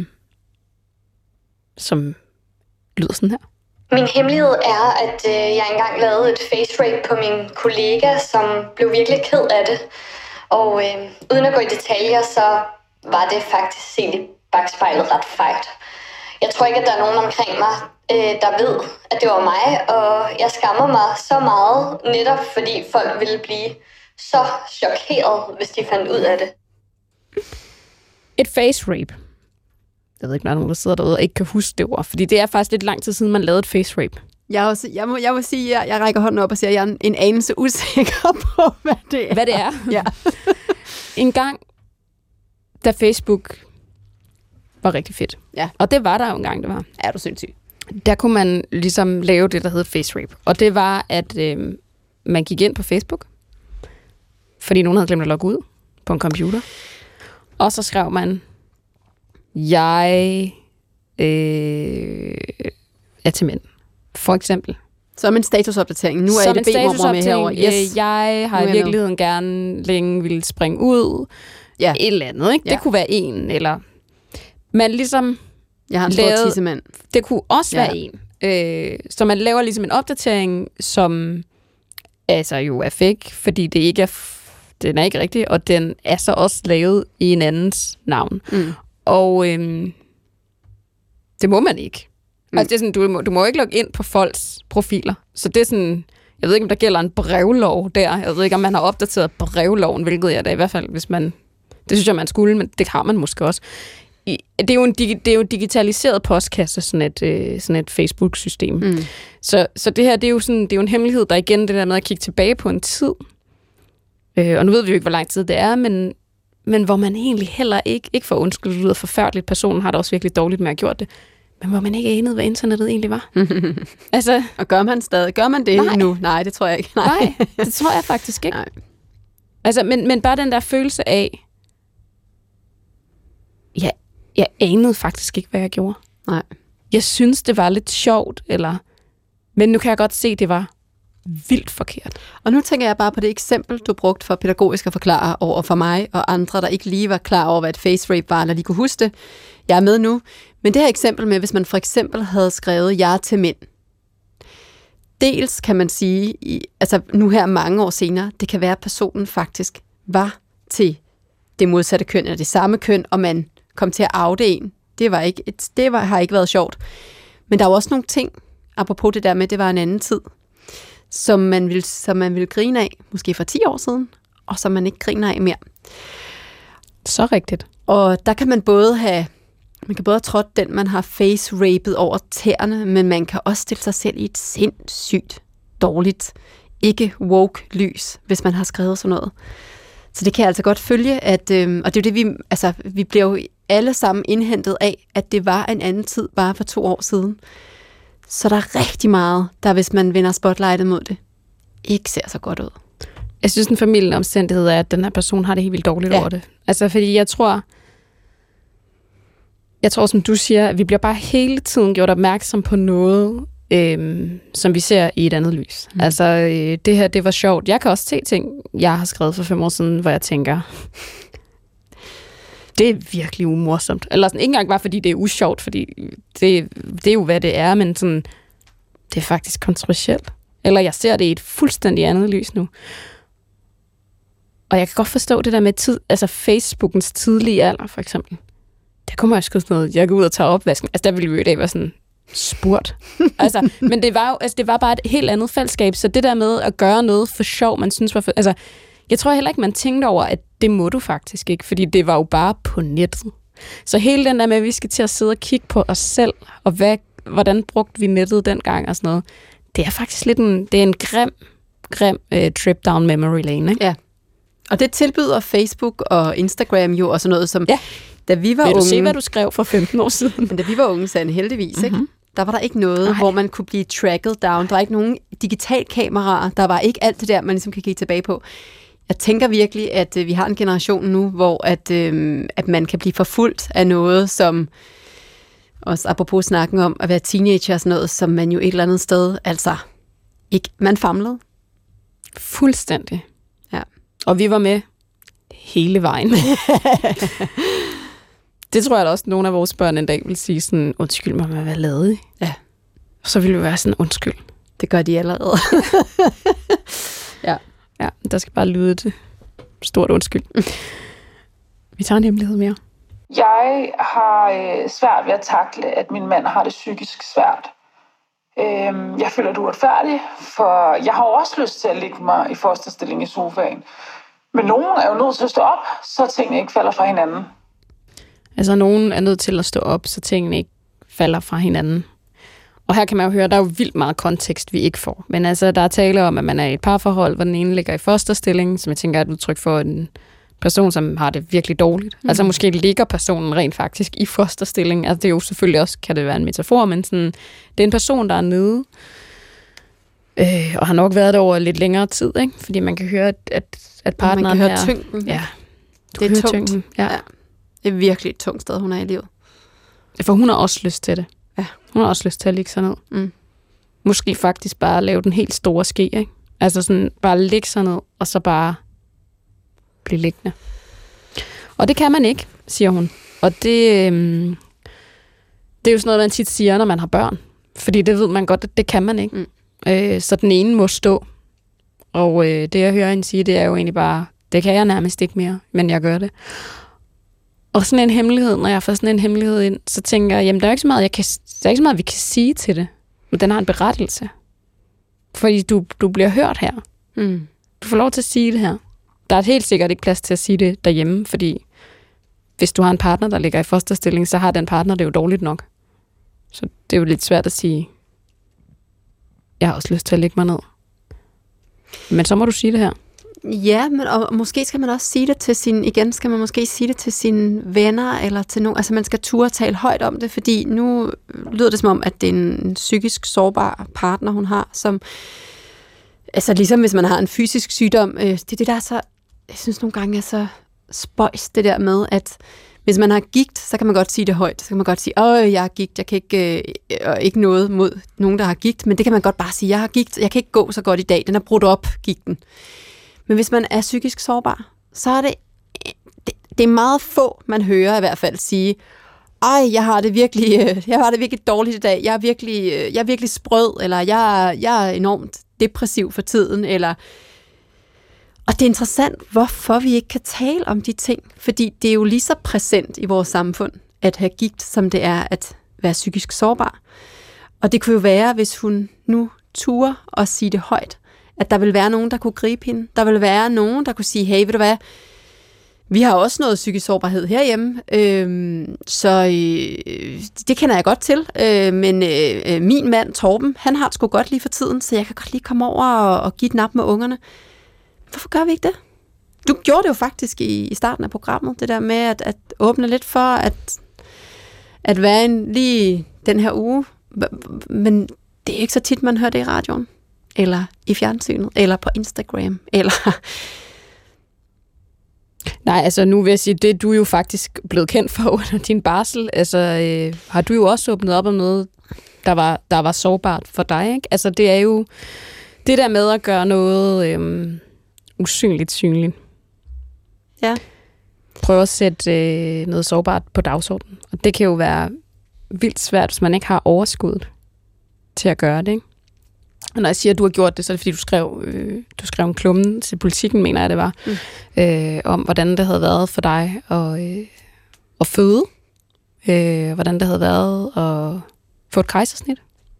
D: som lyder sådan her.
C: Min hemmelighed er, at jeg engang lavede et face rape på min kollega, som blev virkelig ked af det. Og uden at gå i detaljer, så var det faktisk set i bagspejlet ret fejt. Jeg tror ikke, at der er nogen omkring mig, der ved, at det var mig, og jeg skammer mig så meget, netop fordi folk ville blive så chokeret, hvis de fandt ud af det.
D: Et face rape. Jeg ved ikke, om der er nogen, der sidder derude og ikke kan huske det ord, fordi det er faktisk lidt lang tid siden, man lavede et face rape.
E: Jeg må sige, at jeg rækker hånden op og siger, at jeg er en anelse usikker på, hvad det er.
D: Hvad det er?
E: Ja.
D: En gang, da Facebook var rigtig fedt.
E: Ja.
D: Og det var der jo en gang, det var.
E: Ja, du sindssygt.
D: Der kunne man ligesom lave det, der hed face rape. Og det var, at man gik ind på Facebook, fordi nogen havde glemt at logge ud på en computer. Og så skrev man, jeg er til mænd. For eksempel.
E: Som en statusopdatering. Nu er det B-mormor med herovre.
D: Yes. Jeg har i virkeligheden gerne længe ville springe ud.
E: Ja.
D: Et eller andet, ikke? Ja. Det kunne være en, eller... Man ligesom...
E: Jeg har en stor tissemand.
D: Det kunne også være en. Så man laver ligesom en opdatering, som altså jo er fake, fordi det ikke er... Den er ikke rigtig, og den er så også lavet i en andens navn. Mm. Og det må man ikke. Altså det er sådan, du må ikke logge ind på folks profiler. Så det er sådan, jeg ved ikke, om der gælder en brevlov der. Jeg ved ikke, om man har opdateret brevloven, hvilket jeg da i hvert fald, hvis man... Det synes jeg, man skulle, men det har man måske også. Det er jo en digitaliseret postkasse, sådan et Facebook-system. Mm. Så det her, det er jo en hemmelighed, der igen det der med at kigge tilbage på en tid. Og nu ved vi jo ikke, hvor lang tid det er, men hvor man egentlig heller ikke for undskyld, det lyder forfærdeligt, personen har det også virkelig dårligt med at have gjort det, men hvor man ikke anede, hvad internettet egentlig var. Altså,
E: og gør man det nu? Nej, det tror jeg ikke.
D: Nej, det tror jeg faktisk ikke.
E: Nej.
D: Altså, men bare den der følelse af, jeg anede faktisk ikke, hvad jeg gjorde.
E: Nej.
D: Jeg synes, det var lidt sjovt, men nu kan jeg godt se, det var vildt forkert.
E: Og nu tænker jeg bare på det eksempel, du brugte for pædagogisk at forklare over for mig og andre, der ikke lige var klar over, hvad et face rape var, eller de kunne huske det. Jeg er med nu. Men det her eksempel med, hvis man for eksempel havde skrevet ja til mænd. Dels kan man sige, altså nu her mange år senere, det kan være, at personen faktisk var til det modsatte køn, eller det samme køn, og man kom til at oute en. Det har ikke været sjovt. Men der er jo også nogle ting, apropos det der med, det var en anden tid, som man ville grine af, måske for 10 år siden, og som man ikke griner af mere.
D: Så rigtigt.
E: Og der kan man både have trådt den, man har face-rapet over tæerne, men man kan også stille sig selv i et sindssygt dårligt, ikke woke lys, hvis man har skrevet sådan noget. Så det kan jeg altså godt følge, at, og det er jo det, vi bliver jo alle sammen indhentet af, at det var en anden tid bare for 2 år siden. Så der er rigtig meget, der hvis man vender spotlightet mod det, ikke ser så godt ud.
D: Jeg synes, den familielige omstændighed er, at den her person har det helt vildt dårligt over det. Altså, fordi jeg tror, som du siger, at vi bliver bare hele tiden gjort opmærksom på noget, som vi ser i et andet lys. Altså, det her, det var sjovt. Jeg kan også se ting, jeg har skrevet for 5 år siden, hvor jeg tænker, det er virkelig umorsomt. Eller sådan, ikke engang bare fordi det er usjovt, fordi det er jo, hvad det er, men sådan, det er faktisk kontroversielt. Eller jeg ser det i et fuldstændig andet lys nu. Og jeg kan godt forstå det der med altså Facebookens tidlige alder, for eksempel. Der kommer jeg sgu sådan noget, jeg går ud og tager opvasken. Altså, der ville vi jo i dag være sådan spurt. Altså, men det var jo, det var bare et helt andet fællesskab, så det der med at gøre noget for sjov, man synes var for, altså, jeg tror heller ikke, man tænkte over, at det må du faktisk ikke, fordi det var jo bare på nettet. Så hele den der med, at vi skal til at sidde og kigge på os selv, og hvordan brugte vi nettet dengang og sådan noget, det er faktisk lidt en grim trip down memory lane, ikke?
E: Ja. Og det tilbyder Facebook og Instagram jo, og sådan noget som, da vi var unge...
D: Vil du se, hvad du skrev for 15 år siden?
E: Men da vi var unge, Sande, heldigvis, ikke? Der var der ikke noget, hvor man kunne blive tracked down. Der var ikke nogen digitalkameraer. Der var ikke alt det der, man ligesom kan kigge tilbage på. Jeg tænker virkelig, at vi har en generation nu, hvor at man kan blive forfulgt af noget, som også apropos snakken om at være teenager og sådan noget, som man jo et eller andet sted, altså ikke, man famlede.
D: Fuldstændig.
E: Ja.
D: Og vi var med hele vejen. Det tror jeg da også, at nogle af vores børn en dag vil sige sådan, undskyld mig, hvad lavede I?
E: Ja.
D: Og så vil vi være sådan, undskyld.
E: Det gør de allerede.
D: Ja, der skal bare lyde et stort undskyld. Vi tager en hemmelighed mere.
H: Jeg har svært ved at takle, at min mand har det psykisk svært. Jeg føler det uretfærdigt, for jeg har også lyst til at ligge mig i fosterstilling i sofaen. Men nogen er jo nødt til at stå op, så tingene ikke falder fra hinanden.
D: Altså, nogen er nødt til at stå op, så tingene ikke falder fra hinanden. Og her kan man jo høre, at der er jo vildt meget kontekst, vi ikke får. Men altså, der er tale om, at man er i et parforhold, hvor den ene ligger i fosterstilling, som jeg tænker er et udtryk for en person, som har det virkelig dårligt. Altså, måske ligger personen rent faktisk i fosterstilling. Altså, det er jo selvfølgelig også, kan det være en metafor, men sådan, det er en person, der er nede, og har nok været der over lidt længere tid, ikke? Fordi man kan høre, at partneren
E: man kan høre tyngden.
D: Ja,
E: det er tungt.
D: Tyngden. Ja.
E: Det er virkelig et tungt sted, hun er i livet.
D: For hun har også lyst til det.
E: Ja.
D: Hun har også lyst til at ligge sig ned. Måske faktisk bare lave den helt store ske, ikke? Altså sådan, bare ligge sig ned, og så bare blive liggende. Og det kan man ikke, siger hun. Og det er jo sådan noget, man tit siger, når man har børn. Fordi det ved man godt, at det kan man ikke. Så den ene må stå. Og det, jeg hører hende sige, det er jo egentlig bare, det kan jeg nærmest ikke mere, men jeg gør det. Og sådan en hemmelighed, når jeg får sådan en hemmelighed ind, så tænker jeg, jamen der er ikke så meget, vi kan sige til det. Men den har en berettelse. Fordi du bliver hørt her. Du får lov til at sige det her. Der er helt sikkert ikke plads til at sige det derhjemme, fordi hvis du har en partner, der ligger i fosterstilling, så har den partner det jo dårligt nok. Så det er jo lidt svært at sige, jeg har også lyst til at lægge mig ned. Men så må du sige det her.
E: Ja, men og måske skal man også sige det til sine venner, eller til nogen, altså man skal turde tale højt om det, fordi nu lyder det som om, at det er en psykisk sårbar partner, hun har, som, altså ligesom hvis man har en fysisk sygdom, det er det, der er så, jeg synes nogle gange er så spøjs, det der med, at hvis man har gigt, så kan man godt sige det højt. Så kan man godt sige, jeg har gigt, jeg kan ikke noget mod nogen, der har gigt, men det kan man godt bare sige, jeg har gigt, jeg kan ikke gå så godt i dag, den er brudt op, gigten. Men hvis man er psykisk sårbar, så er det er meget få, man hører i hvert fald sige, jeg har det virkelig dårligt i dag, jeg er virkelig sprød, eller jeg er enormt depressiv for tiden, eller... Og det er interessant, hvorfor vi ikke kan tale om de ting, fordi det er jo lige så præsent i vores samfund, at have gigt, som det er at være psykisk sårbar. Og det kunne jo være, hvis hun nu turde at sige det højt, at der vil være nogen, der kunne gribe hende. Der vil være nogen, der kunne sige, hey, ved du hvad, vi har også noget psykisk sårbarhed herhjemme, så det kender jeg godt til, men min mand, Torben, han har det sgu godt lige for tiden, så jeg kan godt lige komme over og give et nap med ungerne. Hvorfor gør vi ikke det? Du gjorde det jo faktisk i starten af programmet, det der med at åbne lidt for at være lige den her uge, men det er ikke så tit, man hører det i radioen, eller i fjernsynet, eller på Instagram, eller...
D: Nej, altså nu vil jeg sige, det er du jo faktisk blevet kendt for under din barsel. Altså har du jo også åbnet op om noget, der var sårbart for dig, ikke? Altså det er jo det der med at gøre noget usynligt synligt.
E: Ja.
D: Prøv at sætte noget sårbart på dagsordenen. Og det kan jo være vildt svært, hvis man ikke har overskuddet til at gøre det, ikke? Og når jeg siger, at du har gjort det, så er det fordi, du skrev en klumme til Politikken, mener jeg det var, om hvordan det havde været for dig at føde. Hvordan det havde været at få et kejsersnit.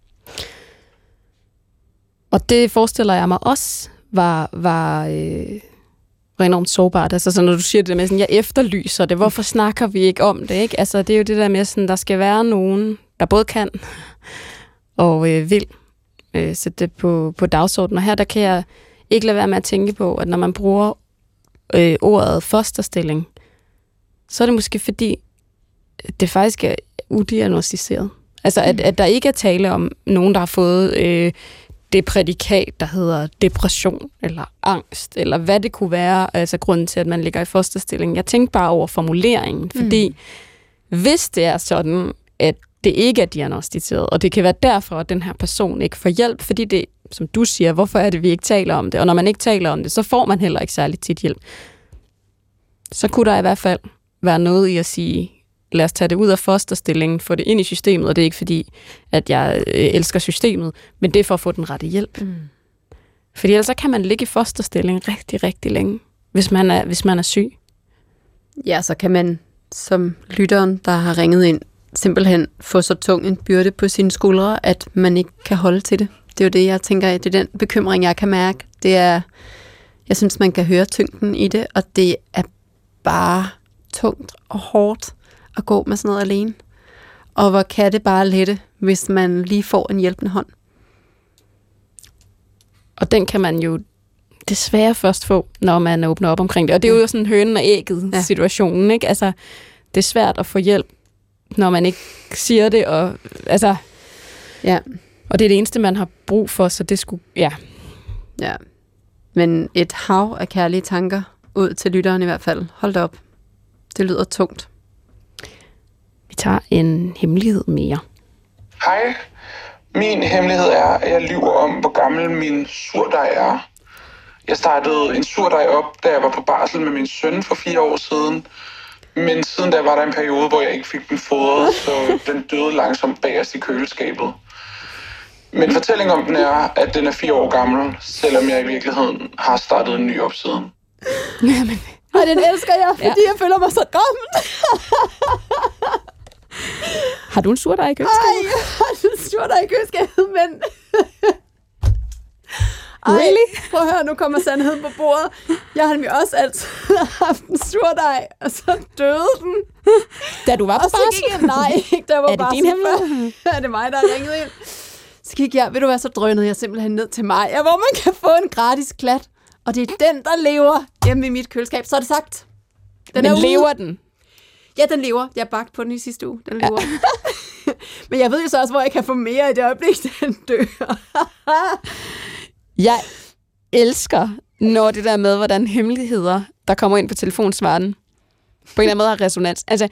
D: Og det forestiller jeg mig også var enormt sårbart. Altså så når du siger det med sådan, jeg efterlyser det, hvorfor snakker vi ikke om det, ikke? Altså det er jo det der med sådan, der skal være nogen, der både kan og vil sætte det på dagsordenen. Og her der kan jeg ikke lade være med at tænke på, at når man bruger ordet fosterstilling, så er det måske fordi, det faktisk er udiagnostiseret. Altså at der ikke er tale om nogen, der har fået det prædikat, der hedder depression eller angst, eller hvad det kunne være, altså grunden til, at man ligger i fosterstilling. Jeg tænkte bare over formuleringen, fordi hvis det er sådan, at det ikke er diagnostiseret, og det kan være derfor, at den her person ikke får hjælp, fordi det, som du siger, hvorfor er det, vi ikke taler om det? Og når man ikke taler om det, så får man heller ikke særlig tit hjælp. Så kunne der i hvert fald være noget i at sige, lad os tage det ud af fosterstillingen, få det ind i systemet, og det er ikke fordi, at jeg elsker systemet, men det er for at få den rette hjælp. Fordi ellers så kan man ligge i fosterstilling rigtig, rigtig længe, hvis man er syg.
E: Ja, så kan man, som lytteren, der har ringet ind, simpelthen få så tung en byrde på sine skuldre, at man ikke kan holde til det. Det er jo det, jeg tænker, det er den bekymring, jeg kan mærke. Det er, jeg synes, man kan høre tyngden i det, og det er bare tungt og hårdt at gå med sådan noget alene. Og hvor kan det bare lette, hvis man lige får en hjælpende hånd.
D: Og den kan man jo desværre først få, når man åbner op omkring det. Og det er jo sådan hønen og ægget situationen, ikke? Altså, det er svært at få hjælp, når man ikke siger det, og altså...
E: Ja.
D: Og det er det eneste, man har brug for, så det skulle... Ja.
E: Men et hav af kærlige tanker ud til lytteren i hvert fald. Hold da op. Det lyder tungt.
D: Vi tager en hemmelighed mere.
I: Hej. Min hemmelighed er, at jeg lyver om, hvor gammel min surdej er. Jeg startede en surdej op, da jeg var på barsel med min søn for 4 år siden. Men siden da var der en periode, hvor jeg ikke fik den fodret, så den døde langsomt bagerst i køleskabet. Men fortællingen om den er, at den er 4 år gammel, selvom jeg i virkeligheden har startet en ny op siden.
E: Jamen. Og den elsker jeg, fordi jeg føler mig så gammel.
D: Har du en surdej i køleskabet?
E: Ej, jeg har en surdej i køleskabet, men...
D: Really?
E: Prøv at høre, nu kommer sandheden på bordet. Jeg har nemlig også altid haft en surdej, og så døde den.
D: Da du var på barsel?
E: Nej, ikke da jeg var på barsel.
D: Er det din hemmelighed?
E: Er det mig, der har ringet ind? Så gik jeg, ved du hvad, så drønede jeg simpelthen ned til mig, hvor man kan få en gratis klat. og det er den, der lever hjemme i mit køleskab. Så er det sagt.
D: Men lever den?
E: Ja, den lever. Jeg bagte på den i sidste uge. Den lever. Ja. Men jeg ved jo så også, hvor jeg kan få mere i det øjeblik, den dør.
D: Jeg elsker, når det der med, hvordan hemmeligheder, der kommer ind på telefonsvaren, på en eller anden måde har resonans. Altså,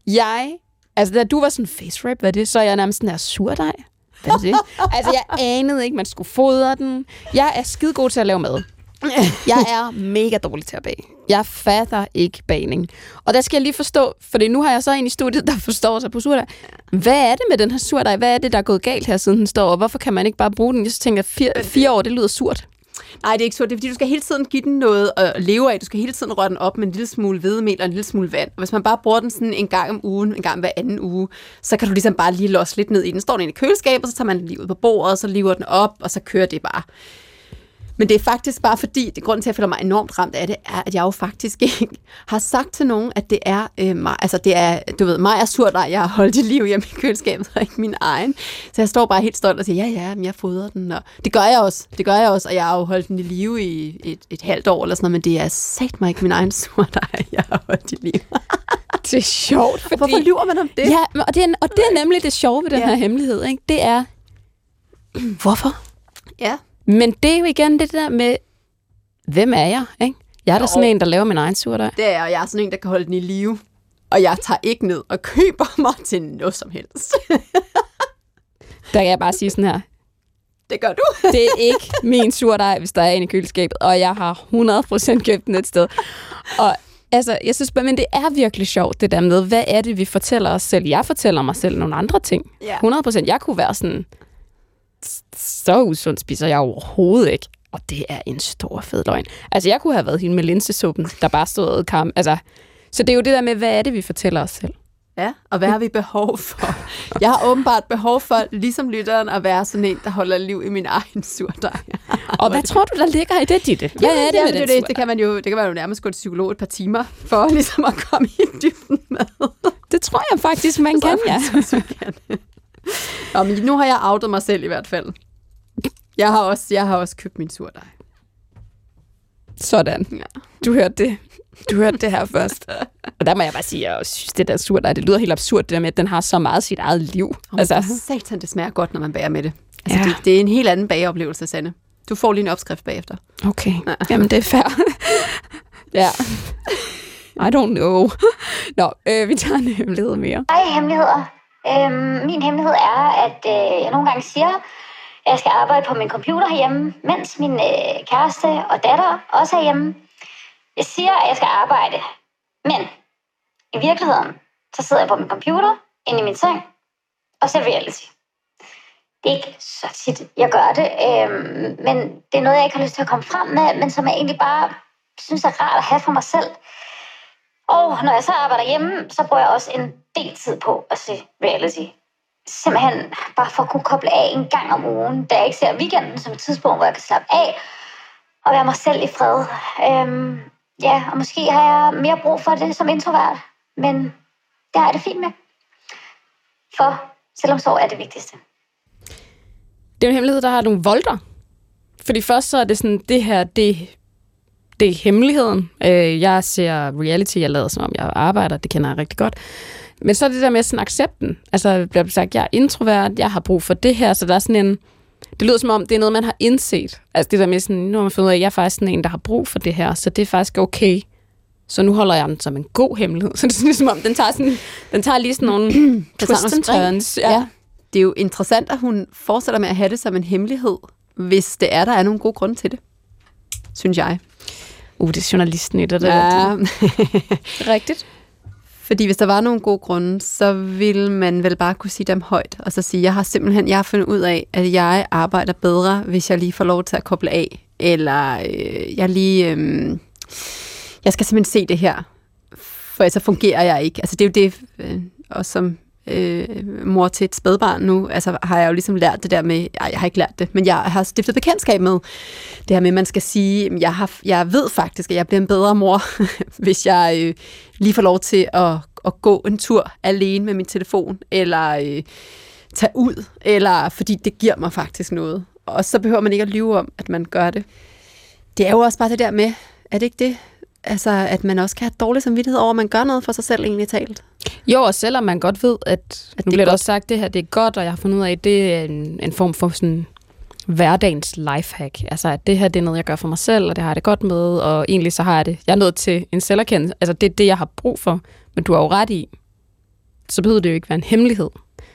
D: da du var sådan face rap, hvad er det? Så er jeg nærmest sådan her surdej. Hvad er det? Altså, jeg anede ikke, man skulle fodre den. Jeg er skidegod til at lave mad. Jeg er mega dårlig til at bage. Jeg fatter ikke bagning. Og der skal jeg lige forstå, for nu har jeg så en i studiet, der forstår sig på surdej. Hvad er det med den her surdej? Hvad er det, der er gået galt her, siden den står? Og hvorfor kan man ikke bare bruge den? Jeg så tænker, 4 år, det lyder surt.
E: Nej, det er ikke surt. Det er, fordi du skal hele tiden give den noget at leve af. Du skal hele tiden røre den op med en lille smule hvedemel og en lille smule vand. Og hvis man bare bruger den sådan en gang om ugen, en gang hver anden uge, så kan du ligesom bare lige losse lidt ned i den. Står den inde i køleskabet, og så tager man den lige ud på bordet, og så lever den op, og så kører det bare. Men det er faktisk bare fordi, det grunden til, at jeg føler mig enormt ramt af det, er, at jeg jo faktisk ikke har sagt til nogen, at det er mig. Altså det er, du ved, mig er surdej, jeg har holdt i liv hjemme i køleskabet, og ikke min egen. Så jeg står bare helt stolt og siger, ja, men jeg fodrer den. Og det gør jeg også, og jeg har jo holdt den i live i et halvt år eller sådan noget, men det er sat mig ikke min egen surdej, jeg har holdt i liv.
D: Det er sjovt, fordi...
E: Hvorfor lyver man om det?
D: Ja, og det er nemlig det sjove ved den her hemmelighed, ikke? Det er, hvorfor?
E: Ja.
D: Men det er jo igen det der med, hvem er jeg, ikke? Jeg er da sådan en, der laver min egen surdej.
E: Det er jeg, og jeg er sådan en, der kan holde den i live. Og jeg tager ikke ned og køber mig til noget som helst.
D: Der kan jeg bare sige sådan her.
E: Det gør du.
D: Det er ikke min surdej, hvis der er en i køleskabet, og jeg har 100% købt den et sted. Og altså, jeg synes bare, men det er virkelig sjovt, det der med, hvad er det, vi fortæller os selv? Jeg fortæller mig selv nogle andre ting. 100%. Jeg kunne være sådan... Så usundt spiser jeg overhovedet ikke. Og det er en stor fed løgn. Altså, jeg kunne have været hende med linsesuppen, der bare stod og kam. Altså, så det er jo det der med, hvad er det, vi fortæller os selv?
E: Ja, og hvad har vi behov for? Jeg har åbenbart behov for, ligesom lytteren, at være sådan en, der holder liv i min egen surdej.
D: Og hvad tror du, der ligger i det, Ditte? Hvad er det med den surdej?
E: Det kan man jo nærmest gå til psykolog et par timer, for ligesom at komme i dybden med.
D: Det tror jeg faktisk, man kan, ja.
E: Nå, men nu har jeg outet mig selv i hvert fald. Jeg har også købt min surdej.
D: Sådan. Ja. Du hørte det her først. Og der må jeg bare sige, at jeg synes, det der surdej, det lyder helt absurd, det der med, at den har så meget sit eget liv.
E: Satan, det smager godt, når man bager med det. Altså, det er en helt anden bageoplevelse, Sanne. Du får lige en opskrift bagefter.
D: Okay, jamen det er fair. Ja. I don't know. Nå, vi tager en hemmelighed mere.
G: Hej, hemmeligheder. Min hemmelighed er, at jeg nogle gange siger, at jeg skal arbejde på min computer herhjemme, mens min kæreste og datter også er hjemme. Jeg siger, at jeg skal arbejde, men i virkeligheden, så sidder jeg på min computer inde i min seng og ser reality. Det er ikke så tit, jeg gør det, men det er noget, jeg ikke har lyst til at komme frem med, men som jeg egentlig bare synes er rart at have for mig selv. Og når jeg så arbejder hjemme, så bruger jeg også en del tid på at se reality. Simpelthen bare for at kunne koble af en gang om ugen, da jeg ikke ser weekenden som et tidspunkt, hvor jeg kan slappe af og være mig selv i fred. Og måske har jeg mere brug for det som introvert, men det har jeg det fint med. For selvom sorg er det vigtigste.
D: Det er en hemmelighed, der har nogle volter. Fordi først så er det sådan, det her, det er hemmeligheden. Jeg ser reality, jeg lader som om jeg arbejder, det kender jeg rigtig godt. Men så er det der med sådan accepten. Altså, det bliver sagt, jeg er introvert, jeg har brug for det her, så der er sådan en... Det lyder som om, det er noget, man har indset. Altså det der med sådan, nu har man fundet ud af, at jeg er faktisk sådan en, der har brug for det her, så det er faktisk okay. Så nu holder jeg den som en god hemmelighed. Så det er sådan, ligesom om, den tager lige sådan nogle twists and turns.
E: Ja. Det er jo interessant, at hun fortsætter med at have det som en hemmelighed, hvis det er, der er nogle gode grunde til det. Synes jeg.
D: Det er journalisten i det.
E: Ja.
D: Rigtigt.
E: Fordi hvis der var nogle gode grunde, så ville man vel bare kunne sige dem højt, og så sige, jeg har fundet ud af, at jeg arbejder bedre, hvis jeg lige får lov til at koble af, eller jeg skal simpelthen se det her, for så fungerer jeg ikke. Altså det er jo det, også som mor til et spædbarn nu, altså har jeg jo ligesom lært det der med, jeg har ikke lært det, men jeg har stiftet bekendtskab med det her med, at man skal sige, jeg ved faktisk, at jeg bliver en bedre mor, hvis jeg lige får lov til at gå en tur alene med min telefon, eller tage ud, eller fordi det giver mig faktisk noget. Og så behøver man ikke at lyve om, at man gør det. det er jo også bare det der med, er det ikke det? Altså, at man også kan have dårlig samvittighed over, at man gør noget for sig selv egentlig talt.
D: Jo, og selvom man godt ved, at nu bliver der også sagt, det her det er godt, og jeg har fundet ud af, at det er en form for sådan hverdagens lifehack. Altså, at det her det er noget, jeg gør for mig selv, og det har jeg det godt med, og egentlig så har jeg er nået til en selverkendelse. Altså, det er det, jeg har brug for, men du har jo ret i, så behøver det jo ikke være en hemmelighed.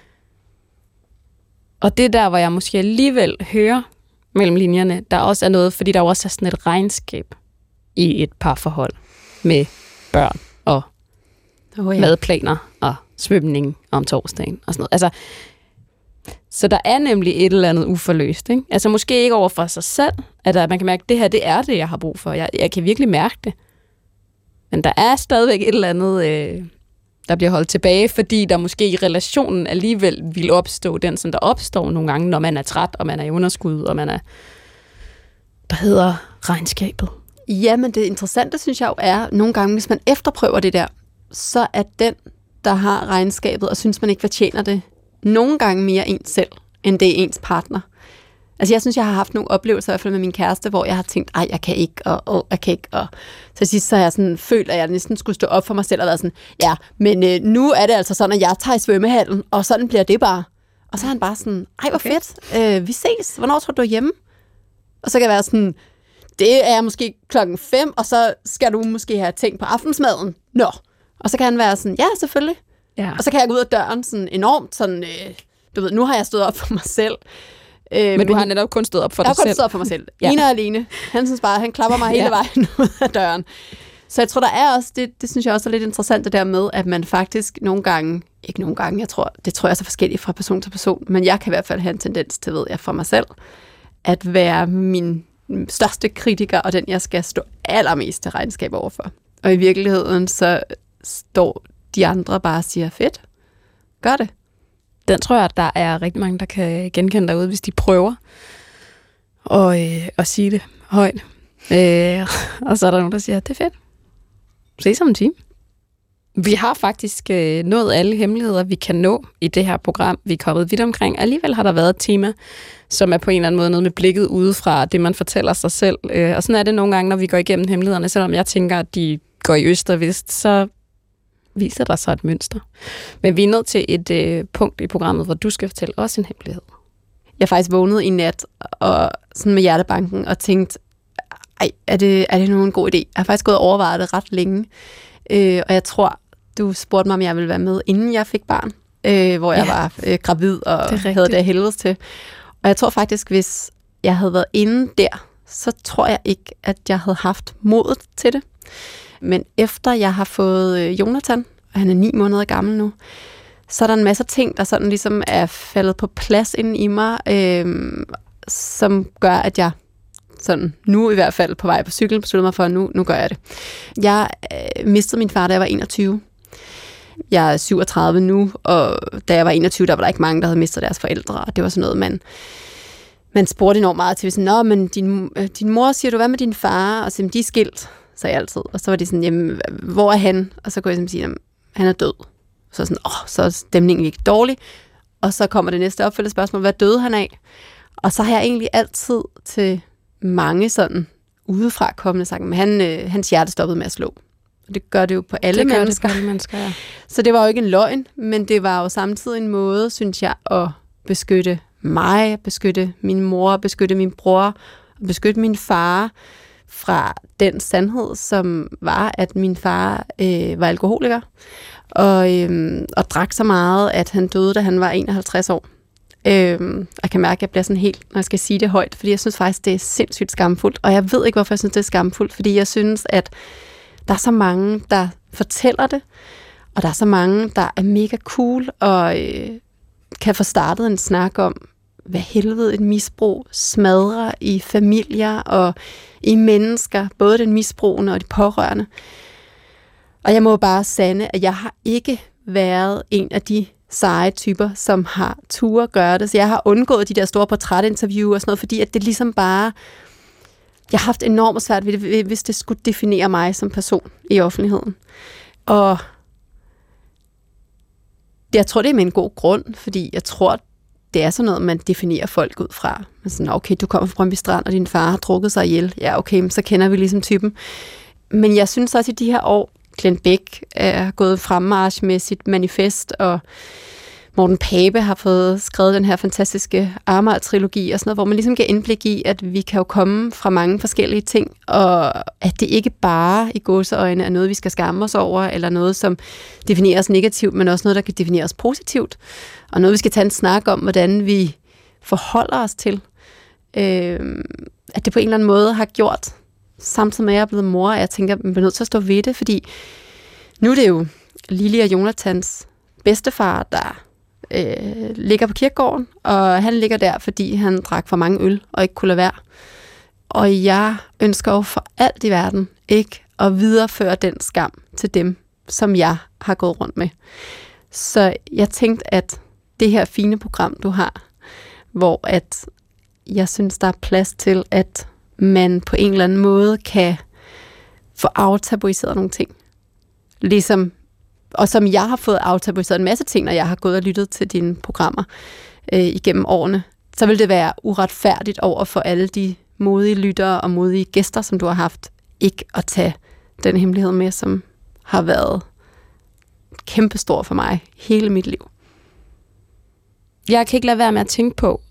D: Og det er der, hvor jeg måske alligevel hører mellem linjerne, der også er noget, fordi der også er sådan et regnskab i et parforhold med børn og madplaner og svømning om torsdagen og sådan noget. Altså, så der er nemlig et eller andet uforløst, ikke? Altså måske ikke over for sig selv, at man kan mærke, at det her, det er det, jeg har brug for. Jeg kan virkelig mærke det. Men der er stadigvæk et eller andet, der bliver holdt tilbage, fordi der måske i relationen alligevel vil opstå den, som der opstår nogle gange, når man er træt, og man er i underskud, og man er, der hedder regnskabet.
E: Ja, men det interessante, synes jeg jo er, nogle gange, hvis man efterprøver det der, så er den, der har regnskabet, og synes, man ikke fortjener det, nogle gange mere ens selv, end det er ens partner. Altså, jeg synes, jeg har haft nogle oplevelser, i hvert fald med min kæreste, hvor jeg har tænkt, ej, jeg kan ikke, og jeg kan ikke, og til sidst så har jeg sådan følt, at jeg næsten skulle stå op for mig selv, og været sådan, ja, men nu er det altså sådan, at jeg tager i svømmehallen, og sådan bliver det bare. Og så er han bare sådan, ej, hvor fedt, vi ses, hvornår tror du er hjemme? Og så kan jeg være sådan, det er måske 5:00, og så skal du måske have tænkt på aftensmaden. Nå. Og så kan han være sådan, ja, selvfølgelig. Ja. Og så kan jeg gå ud af døren sådan enormt, sådan, du ved, nu har jeg stået op for mig selv.
D: Men du har netop kun stået op for dig selv.
E: Jeg har kun stået op for mig selv. Ja. Ene og alene. Han synes bare, han klapper mig hele vejen ud af døren. Så jeg tror, der er også, det synes jeg også er lidt interessant, det der med, at man faktisk nogle gange, ikke nogle gange, det tror jeg er så forskelligt fra person til person, men jeg kan i hvert fald have en tendens til, ved jeg, for mig selv, at være min største kritiker, og den, jeg skal stå allermest til regnskab overfor. Og i virkeligheden, så står de andre bare og siger, fedt, gør det.
D: Den tror jeg, at der er rigtig mange, der kan genkende derude, hvis de prøver at sige det højt. Og så er der nogen, der siger, det er fedt. Ses om en time. Vi har faktisk nået alle hemmeligheder, vi kan nå i det her program. Vi er kommet vidt omkring. Alligevel har der været et tema, som er på en eller anden måde noget med blikket udefra, det man fortæller sig selv. Og sådan er det nogle gange, når vi går igennem hemmelighederne. Selvom jeg tænker, at de går i øst og vest, så viser der sig et mønster. Men vi er nødt til et punkt i programmet, hvor du skal fortælle os en hemmelighed.
E: Jeg faktisk vågnede i nat og sådan med hjertebanken og tænkte, ej, er det nu en god idé? Jeg har faktisk gået og overvejet det ret længe. Og jeg tror, du spurgte mig, om jeg ville være med, inden jeg fik barn. Hvor jeg var gravid og havde det helvedes til. Og jeg tror faktisk, hvis jeg havde været inde der, så tror jeg ikke, at jeg havde haft modet til det. Men efter jeg har fået Jonathan, og han er 9 måneder gammel nu, så er der en masse ting, der sådan ligesom er faldet på plads inde i mig, som gør, at jeg sådan nu i hvert fald på vej på cyklen besluttede mig for, at nu gør jeg det. Jeg mistede min far, da jeg var 21. Jeg er 37 nu, og da jeg var 21, der var der ikke mange, der havde mistet deres forældre, og det var sådan noget, man spurgte enormt meget til, sådan, nå, men din mor, siger du, hvad med din far? Og så de er skilt, sagde jeg altid. Og så var de sådan, jamen, hvor er han? Og så kunne jeg sige, han er død. Så sådan, så er stemningen ikke dårlig. Og så kommer det næste opfølgende spørgsmål, hvad døde han af? Og så har jeg egentlig altid til mange sådan udefra kommende sagt, men hans hjerte stoppede med at slå. Og det gør det jo på alle mennesker.
D: Ja.
E: Så det var jo ikke en løgn, men det var jo samtidig en måde, synes jeg, at beskytte mig, beskytte min mor, beskytte min bror, beskytte min far fra den sandhed, som var, at min far var alkoholiker og drak så meget, at han døde, da han var 51 år. Jeg kan mærke, at jeg bliver sådan helt, når jeg skal sige det højt, fordi jeg synes faktisk, det er sindssygt skamfuldt, og jeg ved ikke, hvorfor jeg synes, det er skamfuldt, fordi jeg synes, at der er så mange, der fortæller det, og der er så mange, der er mega cool, og kan få startet en snak om, hvad helvede et misbrug smadrer i familier og i mennesker, både den misbrugende og de pårørende. Og jeg må bare sande, at jeg har ikke været en af de seje typer, som har turde gøre det. Så jeg har undgået de der store portrætinterview og sådan noget, fordi at det ligesom bare, jeg har haft enormt svært ved det, hvis det skulle definere mig som person i offentligheden. Og jeg tror, det er med en god grund, fordi jeg tror, det er sådan noget, man definerer folk ud fra. Men sådan, okay, du kommer fra Brøndby Strand, og din far har drukket sig ihjel. Ja, okay, så kender vi ligesom typen. Men jeg synes også, i de her år, Glenn Bæk er gået fremmarch med sit manifest, og Morten Pape har fået skrevet den her fantastiske Amager-trilogi og sådan noget, hvor man ligesom giver indblik i, at vi kan jo komme fra mange forskellige ting, og at det ikke bare i gåseøjne er noget, vi skal skamme os over, eller noget, som defineres negativt, men også noget, der kan defineres positivt, og noget, vi skal tage en snak om, hvordan vi forholder os til. At det på en eller anden måde har gjort, samtidig med at jeg er blevet mor, og jeg tænker, at man bliver nødt til at stå ved det, fordi nu er det jo Lili og Jonathans bedstefar, der ligger på kirkegården, og han ligger der, fordi han drak for mange øl og ikke kunne lade være. Og jeg ønsker jo for alt i verden ikke at videreføre den skam til dem, som jeg har gået rundt med. Så jeg tænkte, at det her fine program, du har, hvor at jeg synes, der er plads til, at man på en eller anden måde kan få aftabuiseret nogle ting. Ligesom og som jeg har fået aftabuiseret en masse ting, når jeg har gået og lyttet til dine programmer igennem årene, så vil det være uretfærdigt over for alle de modige lyttere og modige gæster, som du har haft, ikke at tage den hemmelighed med, som har været kæmpestor for mig hele mit liv.
D: Jeg kan ikke lade være med at tænke på,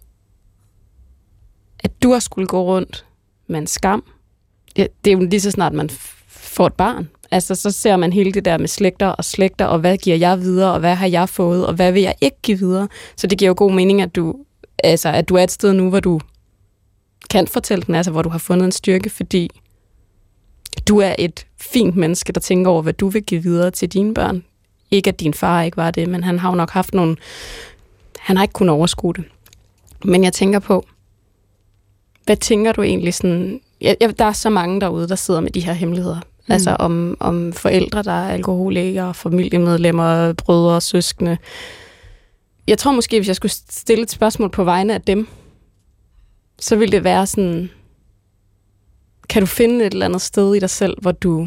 D: at du har skulle gå rundt med en skam. Det er jo lige så snart man får et barn. Altså, så ser man hele det der med slægter, og hvad giver jeg videre, og hvad har jeg fået, og hvad vil jeg ikke give videre. Så det giver jo god mening, at du er et sted nu, hvor du kan fortælle den, altså hvor du har fundet en styrke, fordi du er et fint menneske, der tænker over, hvad du vil give videre til dine børn. Ikke at din far ikke var det, men han har jo nok haft nogle... Han har ikke kunnet overskue det. Men jeg tænker på, hvad tænker du egentlig sådan... Der er så mange derude, der sidder med de her hemmeligheder. Altså om forældre, der er alkoholikere, familiemedlemmer, brødre, søskende. Jeg tror måske, hvis jeg skulle stille et spørgsmål på vegne af dem, så ville det være sådan, kan du finde et eller andet sted i dig selv, hvor du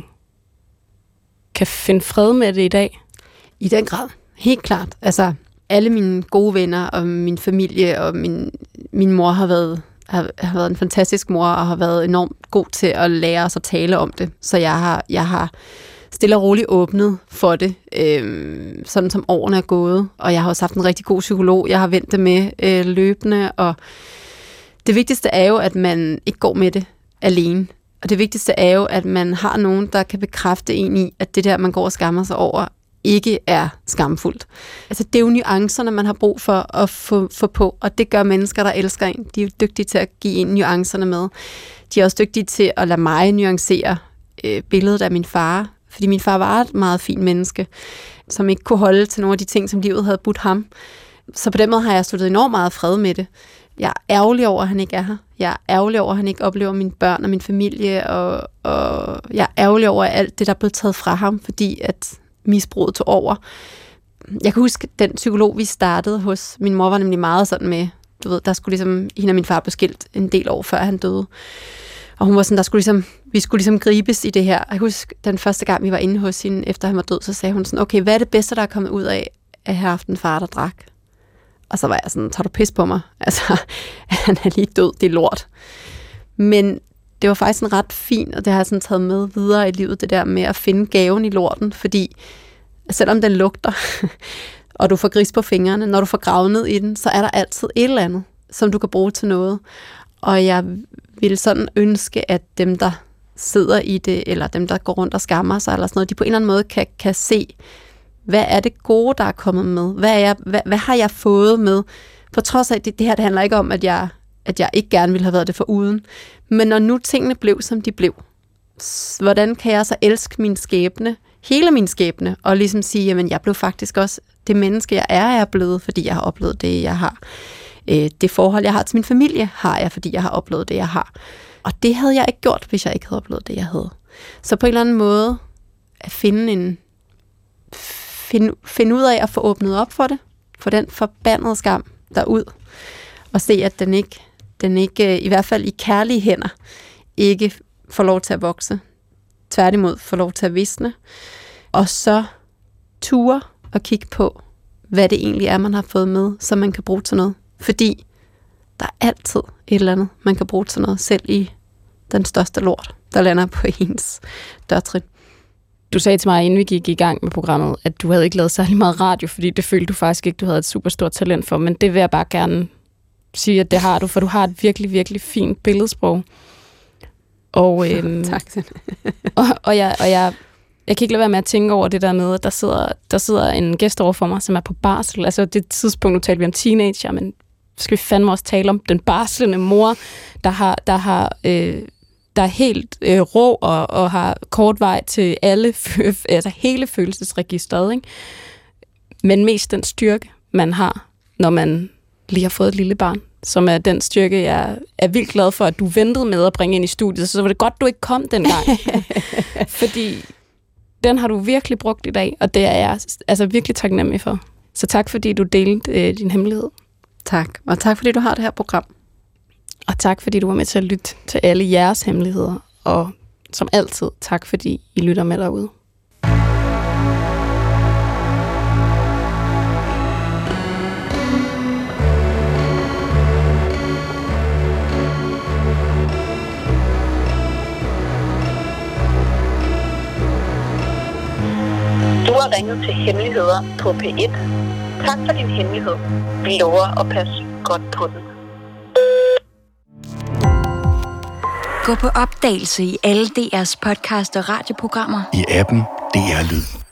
D: kan finde fred med det i dag?
E: I den grad, helt klart. Altså, alle mine gode venner og min familie og min mor har været en fantastisk mor og har været enormt god til at lære os at tale om det. Så jeg har stille og roligt åbnet for det, sådan som årene er gået. Og jeg har også haft en rigtig god psykolog. Jeg har vendt det med løbende. Og det vigtigste er jo, at man ikke går med det alene. Og det vigtigste er jo, at man har nogen, der kan bekræfte en i, at det der, man går og skammer sig over, ikke er skamfuldt. Altså, det er jo nuancerne, man har brug for at få på, og det gør mennesker, der elsker en. De er jo dygtige til at give en nuancerne med. De er også dygtige til at lade mig nuancere billedet af min far, fordi min far var et meget fint menneske, som ikke kunne holde til nogle af de ting, som livet havde budt ham. Så på den måde har jeg sluttet enormt meget fred med det. Jeg er ærgerlig over, at han ikke er her. Jeg er ærgerlig over, at han ikke oplever mine børn og min familie, og jeg er ærgerlig over alt det, der er blevet taget fra ham, fordi at misbruget tog over. Jeg kan huske, den psykolog, vi startede hos, min mor var nemlig meget sådan med, du ved, der skulle ligesom, hende og min far blev skilt en del år før han døde. Og hun var sådan, vi skulle ligesom gribes i det her. Jeg husker, den første gang, vi var inde hos hende, efter han var død, så sagde hun sådan, okay, hvad er det bedste, der er kommet ud af at have haft en far, der drak? Og så var jeg sådan, tager du pis på mig? Altså, han er lige død, det er lort. Men det var faktisk en ret fin, og det har jeg sådan taget med videre i livet, det der med at finde gaven i lorten, fordi selvom den lugter, og du får gris på fingrene, når du får gravet ned i den, så er der altid et eller andet, som du kan bruge til noget. Og jeg ville sådan ønske, at dem, der sidder i det, eller dem, der går rundt og skammer sig, eller sådan noget, de på en eller anden måde kan se, hvad er det gode, der er kommet med? Hvad har jeg fået med? På trods af, det her det handler ikke om, at jeg ikke gerne ville have været det foruden. Men når nu tingene blev, som de blev, hvordan kan jeg så elske min skæbne, hele min skæbne, og ligesom sige, jamen jeg blev faktisk også det menneske, jeg er blevet, fordi jeg har oplevet det, jeg har. Det forhold, jeg har til min familie, har jeg, fordi jeg har oplevet det, jeg har. Og det havde jeg ikke gjort, hvis jeg ikke havde oplevet det, jeg havde. Så på en eller anden måde, at finde ud af at få åbnet op for det, få den forbandede skam derud, og se, at den ikke, i hvert fald i kærlige hænder, ikke får lov til at vokse. Tværtimod får lov til at visne. Og så ture og kigge på, hvad det egentlig er, man har fået med, som man kan bruge til noget. Fordi der er altid et eller andet, man kan bruge til noget, selv i den største lort, der lander på ens dørtrin.
D: Du sagde til mig, inden vi gik i gang med programmet, at du havde ikke lavet særlig meget radio, fordi det følte du faktisk ikke, du havde et super stort talent for. Men det vil jeg bare gerne sige, at det har du, for du har et virkelig, virkelig fint billedsprog. Og,
E: tak.
D: og jeg kan ikke lade være med at tænke over det der med, at der sidder en gæst over for mig, som er på barsel. Altså det tidspunkt, nu talte vi om teenager, men skal vi fandme også tale om den barslende mor, der er helt rå og har kort vej til altså hele følelsesregistret, ikke? Men mest den styrke, man har, når man lige har fået et lille barn, som er den styrke, jeg er vildt glad for, at du ventede med at bringe ind i studiet, så var det godt, du ikke kom dengang. Fordi den har du virkelig brugt i dag, og det er jeg altså virkelig taknemmelig for. Så tak, fordi du delte din hemmelighed.
E: Tak, og tak fordi du har det her program.
D: Og tak, fordi du var med til at lytte til alle jeres hemmeligheder. Og som altid, tak, fordi I lytter med derude.
B: Du har ringet til Hemmeligheder på P1. Tak for din hemmelighed. Vi lover at passe godt på den.
J: Gå på opdagelse i alle DR's podcast og radioprogrammer.
K: I appen DR Lyd.